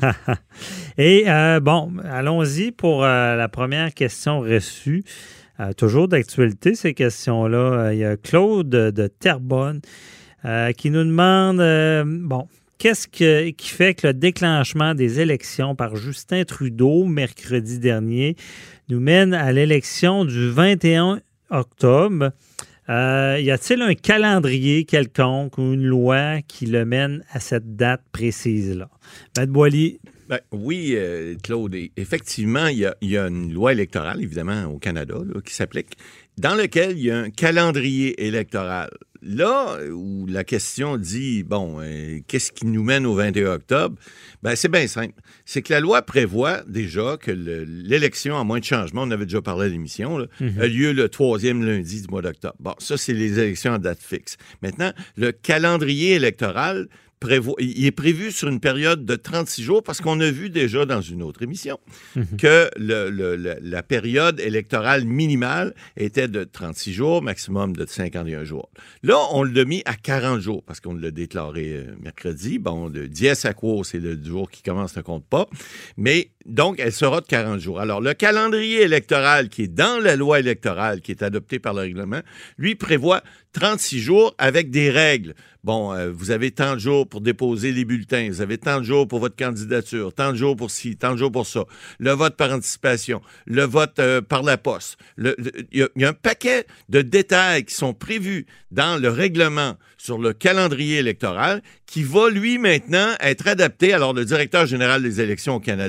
Et euh, bon, allons-y pour euh, la première question reçue. Euh, toujours d'actualité, ces questions-là. Il y a Claude de Terrebonne euh, qui nous demande, euh, bon, qu'est-ce que, qui fait que le déclenchement des élections par Justin Trudeau mercredi dernier nous mène à l'élection du vingt et un octobre? Euh, y a-t-il un calendrier quelconque ou une loi qui le mène à cette date précise-là? Maître Boily. Ben, oui, euh, Claude, effectivement, il y, a, il y a une loi électorale, évidemment, au Canada, là, qui s'applique, dans lequel il y a un calendrier électoral. Là où la question dit, bon, euh, qu'est-ce qui nous mène au vingt et un octobre? Ben, c'est bien simple. C'est que la loi prévoit déjà que le, l'élection, en moins de changement, on avait déjà parlé à l'émission, là, mm-hmm. a lieu le troisième lundi du mois d'octobre. Bon, ça, c'est les élections à date fixe. Maintenant, le calendrier électoral Prévo- il est prévu sur une période de trente-six jours parce qu'on a vu déjà dans une autre émission mm-hmm. que le, le, le, la période électorale minimale était de trente-six jours, maximum de cinquante et un jours. Là, on l'a mis à quarante jours parce qu'on l'a déclaré euh, mercredi. Bon, le dies à quo, c'est le jour qui commence, ne compte pas. Mais donc, elle sera de quarante jours. Alors, le calendrier électoral qui est dans la loi électorale, qui est adopté par le règlement, lui prévoit trente-six jours avec des règles. Bon, euh, vous avez tant de jours pour déposer les bulletins, vous avez tant de jours pour votre candidature, tant de jours pour ci, tant de jours pour ça, le vote par anticipation, le vote euh, par la poste. Il y, y a un paquet de détails qui sont prévus dans le règlement sur le calendrier électoral qui va, lui, maintenant, être adapté. Alors, le directeur général des élections au Canada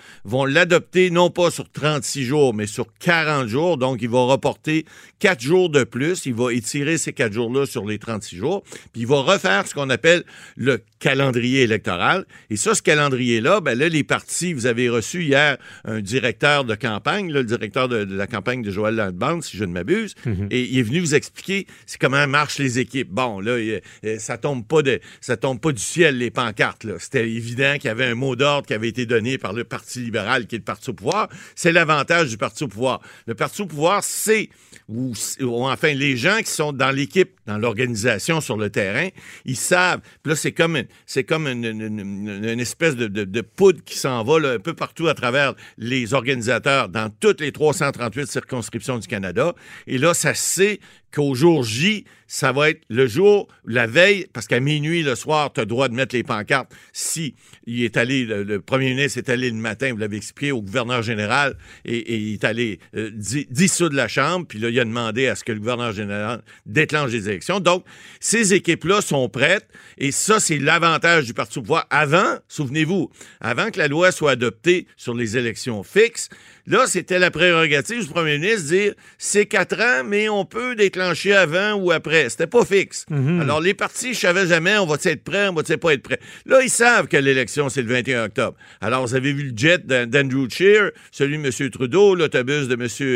vont l'adopter non pas sur trente-six jours, mais sur quarante jours. Donc, il va reporter quatre jours de plus. Il va étirer ces quatre jours-là sur les trente-six jours. Puis, il va refaire ce qu'on appelle le calendrier électoral. Et ça, ce calendrier-là, ben là, les partis, vous avez reçu hier un directeur de campagne, là, le directeur de, de la campagne de Joël Landband, si je ne m'abuse, mm-hmm. et il est venu vous expliquer c'est comment marchent les équipes. Bon, là, il, ça tombe pas de, ça tombe pas du ciel, les pancartes, là. C'était évident qu'il y avait un mot d'ordre qui avait été donné par le Parti libéral, qui est le parti au pouvoir. C'est l'avantage du parti au pouvoir. Le parti au pouvoir, c'est, ou, ou enfin, les gens qui sont dans l'équipe, dans l'organisation sur le terrain, ils savent. Puis là, c'est comme, c'est comme une, une, une, une espèce de, de, de poudre qui s'en va là, un peu partout à travers les organisateurs dans toutes les trois cent trente-huit circonscriptions du Canada. Et là, ça sait qu'au jour J, ça va être le jour, la veille, parce qu'à minuit le soir, tu as le droit de mettre les pancartes. Si il est allé, le, le premier ministre est allé le matin, vous l'avez expliqué, au gouverneur général, et, et il est allé euh, dissoudre la Chambre, puis là, il a demandé à ce que le gouverneur général déclenche les élections. Donc, ces équipes-là sont prêtes, et ça, c'est l'avantage du Parti au pouvoir. Avant, souvenez-vous, avant que la loi soit adoptée sur les élections fixes, là, c'était la prérogative du premier ministre de dire c'est quatre ans, mais on peut déclencher avant ou après. C'était pas fixe. Mm-hmm. Alors, les partis, je savais jamais, on va-t-il être prêt, on va-t-il pas être prêt. Là, ils savent que l'élection, c'est le vingt et un octobre. Alors, vous avez vu le jet d'Andrew Scheer, celui de M. Trudeau, l'autobus de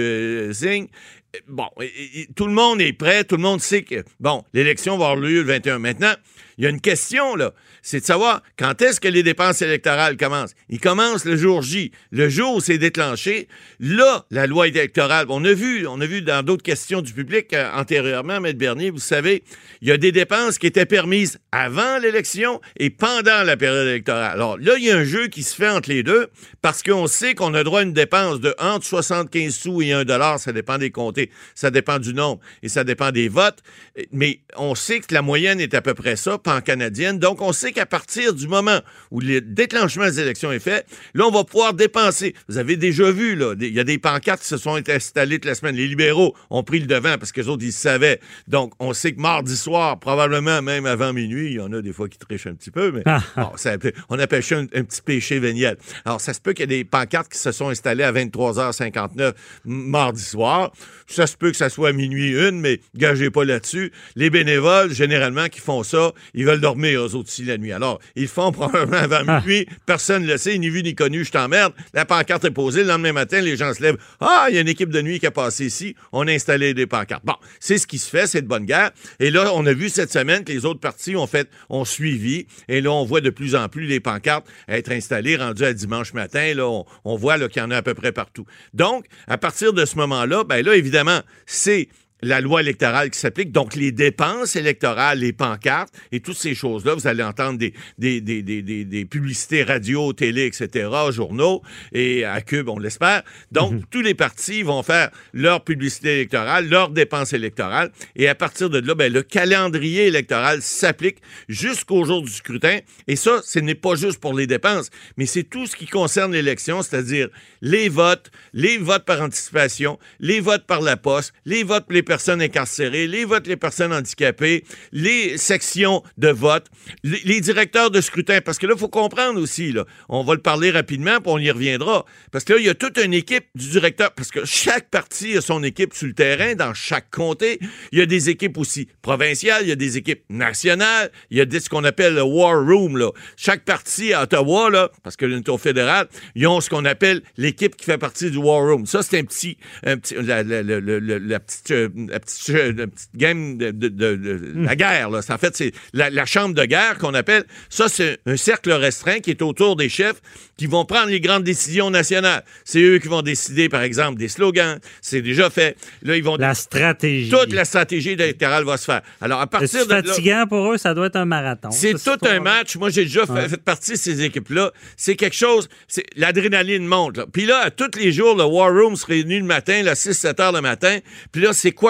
M. Singh. Bon, et, et, tout le monde est prêt, tout le monde sait que, bon, l'élection va avoir lieu le vingt et un. Maintenant, il y a une question, là, c'est de savoir quand est-ce que les dépenses électorales commencent. Ils commencent le jour J. Le jour où c'est déclenché, là, la loi électorale, on a vu, on a vu dans d'autres questions du public euh, antérieurement, M. Bernier, vous savez, il y a des dépenses qui étaient permises avant l'élection et pendant la période électorale. Alors là, il y a un jeu qui se fait entre les deux parce qu'on sait qu'on a droit à une dépense de entre soixante-quinze sous et un dollar, ça dépend des comtés, ça dépend du nombre et ça dépend des votes, mais on sait que la moyenne est à peu près ça, pan-canadienne, donc on sait qu'à partir du moment où le déclenchement des élections est fait, là, on va pouvoir dépenser. Vous avez déjà vu, là, il y a des pancartes qui se sont installées toute la semaine. Les libéraux ont pris le devant parce que les autres, ils savaient. Donc, on sait que mardi soir, probablement même avant minuit, il y en a des fois qui trichent un petit peu, mais bon, ça, on appelle ça un, un petit péché véniel. Alors, ça se peut qu'il y ait des pancartes qui se sont installées à vingt-trois heures cinquante-neuf mardi soir. Ça se peut que ça soit à minuit une, mais gagez pas là-dessus. Les bénévoles, généralement, qui font ça, ils veulent dormir, eux autres, aussi, la nuit. Alors, ils font probablement avant ah. minuit, personne ne le sait, ni vu ni connu, je t'emmerde. La pancarte est posée, le lendemain matin, les gens se lèvent. Ah, il y a une équipe de nuit qui a passé ici, on a installé des pancartes. Bon, c'est ce qui se fait, c'est de bonne guerre. Et là, on a vu cette semaine que les autres partis ont fait, ont suivi, et là, on voit de plus en plus les pancartes être installées, rendues à dimanche matin. Là, on, on voit là, qu'il y en a à peu près partout. Donc, à partir de ce moment-là, ben là, évidemment, c'est la loi électorale qui s'applique, donc les dépenses électorales, les pancartes et toutes ces choses-là, vous allez entendre des, des, des, des, des, des publicités radio, télé, et cetera, journaux, et à Cube, on l'espère. Donc, mm-hmm. tous les partis vont faire leur publicité électorale, leurs dépenses électorales, et à partir de là, ben, le calendrier électoral s'applique jusqu'au jour du scrutin, et ça, ce n'est pas juste pour les dépenses, mais c'est tout ce qui concerne l'élection, c'est-à-dire les votes, les votes par anticipation, les votes par la poste, les votes pour les personnes incarcérées, les votes les personnes handicapées, les sections de vote, les, les directeurs de scrutin. Parce que là, il faut comprendre aussi, là, on va le parler rapidement, puis on y reviendra. Parce que là, il y a toute une équipe du directeur, parce que chaque parti a son équipe sur le terrain, dans chaque comté. Il y a des équipes aussi provinciales, il y a des équipes nationales, il y a des, ce qu'on appelle le War Room. Là. Chaque parti à Ottawa, là, parce que l'unité fédérale, ils ont ce qu'on appelle l'équipe qui fait partie du War Room. Ça, c'est un petit... Un petit la, la, la, la, la, la petite... Euh, La petite, la petite game de, de, de, de mm. la guerre. Là. En fait, c'est la, la chambre de guerre qu'on appelle. Ça, c'est un cercle restreint qui est autour des chefs qui vont prendre les grandes décisions nationales. C'est eux qui vont décider, par exemple, des slogans. C'est déjà fait. Là, ils vont... La stratégie. Toute la stratégie électorale va se faire. Alors, à partir c'est de là... fatigant pour eux, ça doit être un marathon. C'est tout un match. Moi, j'ai déjà ouais. fait, fait partie de ces équipes-là. C'est quelque chose... C'est, l'adrénaline monte. Là. Puis là, tous les jours, le War Room se réunit le matin, là, six sept heures le matin. Puis là, c'est quoi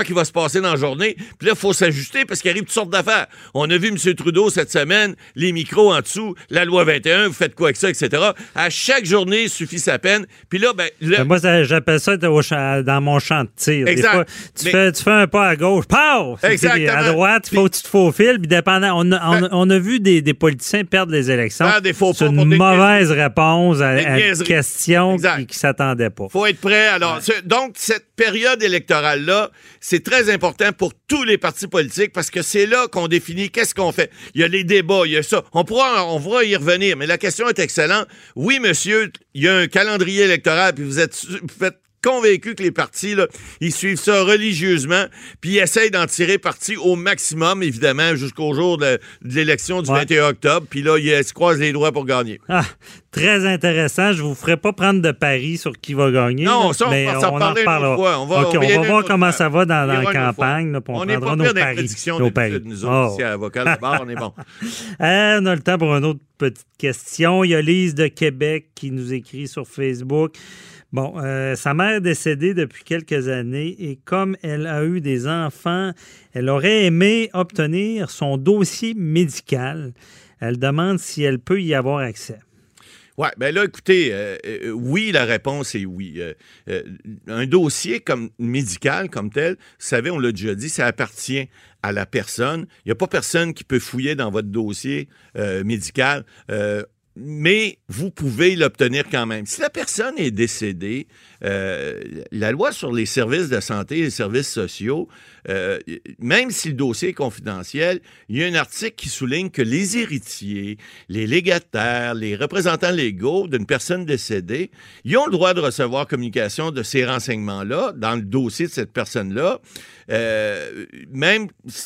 quoi qui va se passer dans la journée. Puis là, il faut s'ajuster parce qu'il arrive toutes sortes d'affaires. On a vu M. Trudeau cette semaine, les micros en dessous, la loi vingt et un, vous faites quoi avec ça, et cetera. À chaque journée, il suffit sa peine. Puis là, ben... Le... ben moi, ça, j'appelle ça au champ, dans mon champ de tir. Exact. Des fois, tu, Mais... fais, tu fais un pas à gauche, pow! Exactement. À droite, il faut que tu te faufiles, puis dépendant... On a, on, on a vu des, des politiciens perdre les élections. Ah, des faux c'est une mauvaise réponse à, à une question qui ne s'attendait pas. Il faut être prêt. Alors, ouais. Donc, cette période électorale-là, c'est très important pour tous les partis politiques parce que c'est là qu'on définit qu'est-ce qu'on fait. Il y a les débats, il y a ça. On pourra, on pourra y revenir, mais la question est excellente. Oui, monsieur, il y a un calendrier électoral, puis vous êtes, vous faites convaincu que les partis, là, ils suivent ça religieusement, puis ils essayent d'en tirer parti au maximum, évidemment, jusqu'au jour de, de l'élection du ouais. vingt et un octobre, puis là, ils se croisent les doigts pour gagner. Ah, très intéressant. Je vous ferai pas prendre de paris sur qui va gagner. Non, là, ça, on mais va s'en on parler en une autre fois. On va, okay, on on va voir comment fois. ça va dans, dans la campagne, là, puis on, on prendra nos paris. prédictions nos paris. Nous autres, oh. ici à Avocat là-bas, on est bon. euh, on a le temps pour une autre petite question. Il y a Lise de Québec qui nous écrit sur Facebook. Bon, euh, sa mère est décédée depuis quelques années et comme elle a eu des enfants, elle aurait aimé obtenir son dossier médical. Elle demande si elle peut y avoir accès. Oui, bien là, écoutez, euh, euh, oui, la réponse est oui. Euh, euh, un dossier comme médical, comme tel, vous savez, on l'a déjà dit, ça appartient à la personne. Il n'y a pas personne qui peut fouiller dans votre dossier euh, médical. Euh, Mais vous pouvez l'obtenir quand même. Si la personne est décédée, euh, la loi sur les services de santé et les services sociaux, euh, même si le dossier est confidentiel, il y a un article qui souligne que les héritiers, les légataires, les représentants légaux d'une personne décédée, ils ont le droit de recevoir communication de ces renseignements-là dans le dossier de cette personne-là, euh, même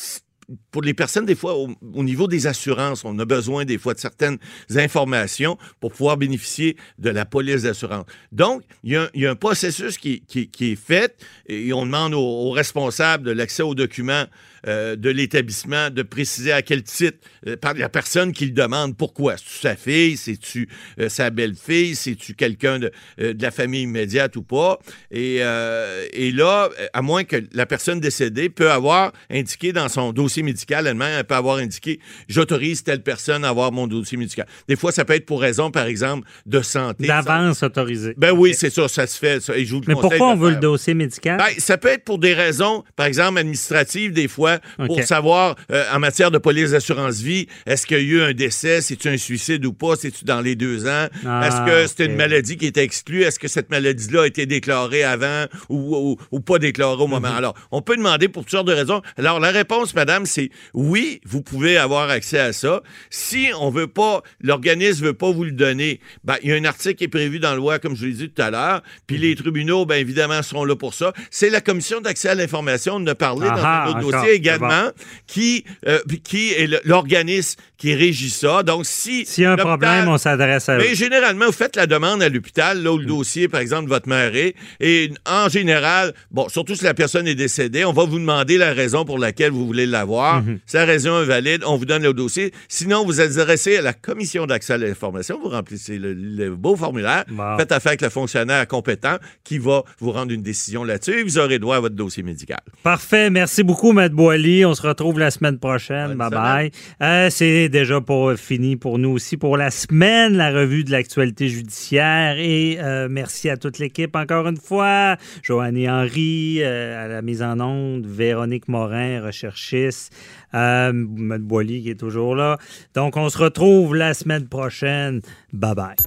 pour les personnes, des fois, au, au niveau des assurances, on a besoin des fois de certaines informations pour pouvoir bénéficier de la police d'assurance. Donc, il y a, il y a un processus qui, qui, qui est fait et on demande aux, aux responsables de l'accès aux documents euh, de l'établissement de préciser à quel titre, euh, par la personne qui le demande, pourquoi. C'est-tu sa fille? C'est-tu euh, sa belle-fille? C'est-tu quelqu'un de, euh, de la famille immédiate ou pas? Et, euh, et là, à moins que la personne décédée peut avoir indiqué dans son dossier médical elle-même, elle peut avoir indiqué « j'autorise telle personne à avoir mon dossier médical ». Des fois, ça peut être pour raison, par exemple, de santé. D'avance autorisé. Ben oui, c'est ça, ça se fait. Ça, et je vous le Mais pourquoi on veut faire. le dossier médical? Ben, ça peut être pour des raisons, par exemple, administratives, des fois, okay. pour savoir, euh, en matière de police d'assurance-vie, est-ce qu'il y a eu un décès, c'est-tu un suicide ou pas, c'est-tu dans les deux ans, ah, est-ce que c'était okay. une maladie qui était exclue, est-ce que cette maladie-là a été déclarée avant ou, ou, ou pas déclarée au moment. Mm-hmm. Alors, on peut demander pour toutes sortes de raisons. Alors, la réponse, madame, c'est oui, vous pouvez avoir accès à ça. Si on veut pas, l'organisme veut pas vous le donner, ben, il y a un article qui est prévu dans la loi, comme je vous l'ai dit tout à l'heure, puis les tribunaux, bien évidemment, seront là pour ça. C'est la Commission d'accès à l'information, on en a parlé ah, dans un autre dossier également, bon. qui, euh, qui est le, l'organisme qui régit ça. Donc, si... S'il y a un problème, on s'adresse à eux. Mais généralement, vous faites la demande à l'hôpital, là où le mm. dossier, par exemple, de votre mère est, et en général, bon, surtout si la personne est décédée, on va vous demander la raison pour laquelle vous voulez l'avoir. Mm-hmm. Si la raison est valide, on vous donne le dossier. Sinon, vous adressez à la Commission d'accès à l'information, vous remplissez le, le beau formulaire, bon. faites affaire avec le fonctionnaire compétent qui va vous rendre une décision là-dessus et vous aurez droit à votre dossier médical. Parfait. Merci beaucoup, M. Boily. On se retrouve la semaine prochaine. Bye-bye. Euh, c'est déjà pour, fini pour nous aussi pour la semaine, la revue de l'actualité judiciaire. Et euh, merci à toute l'équipe encore une fois. Joannie Henry euh, à la mise en onde, Véronique Morin, recherchiste, euh, M. Boily qui est toujours là. Donc, on se retrouve la semaine prochaine. Bye-bye.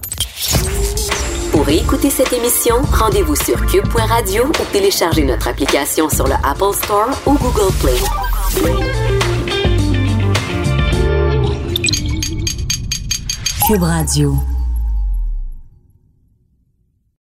Pour écouter cette émission, rendez-vous sur cube point radio ou téléchargez notre application sur le Apple Store ou Google Play. Cube Radio.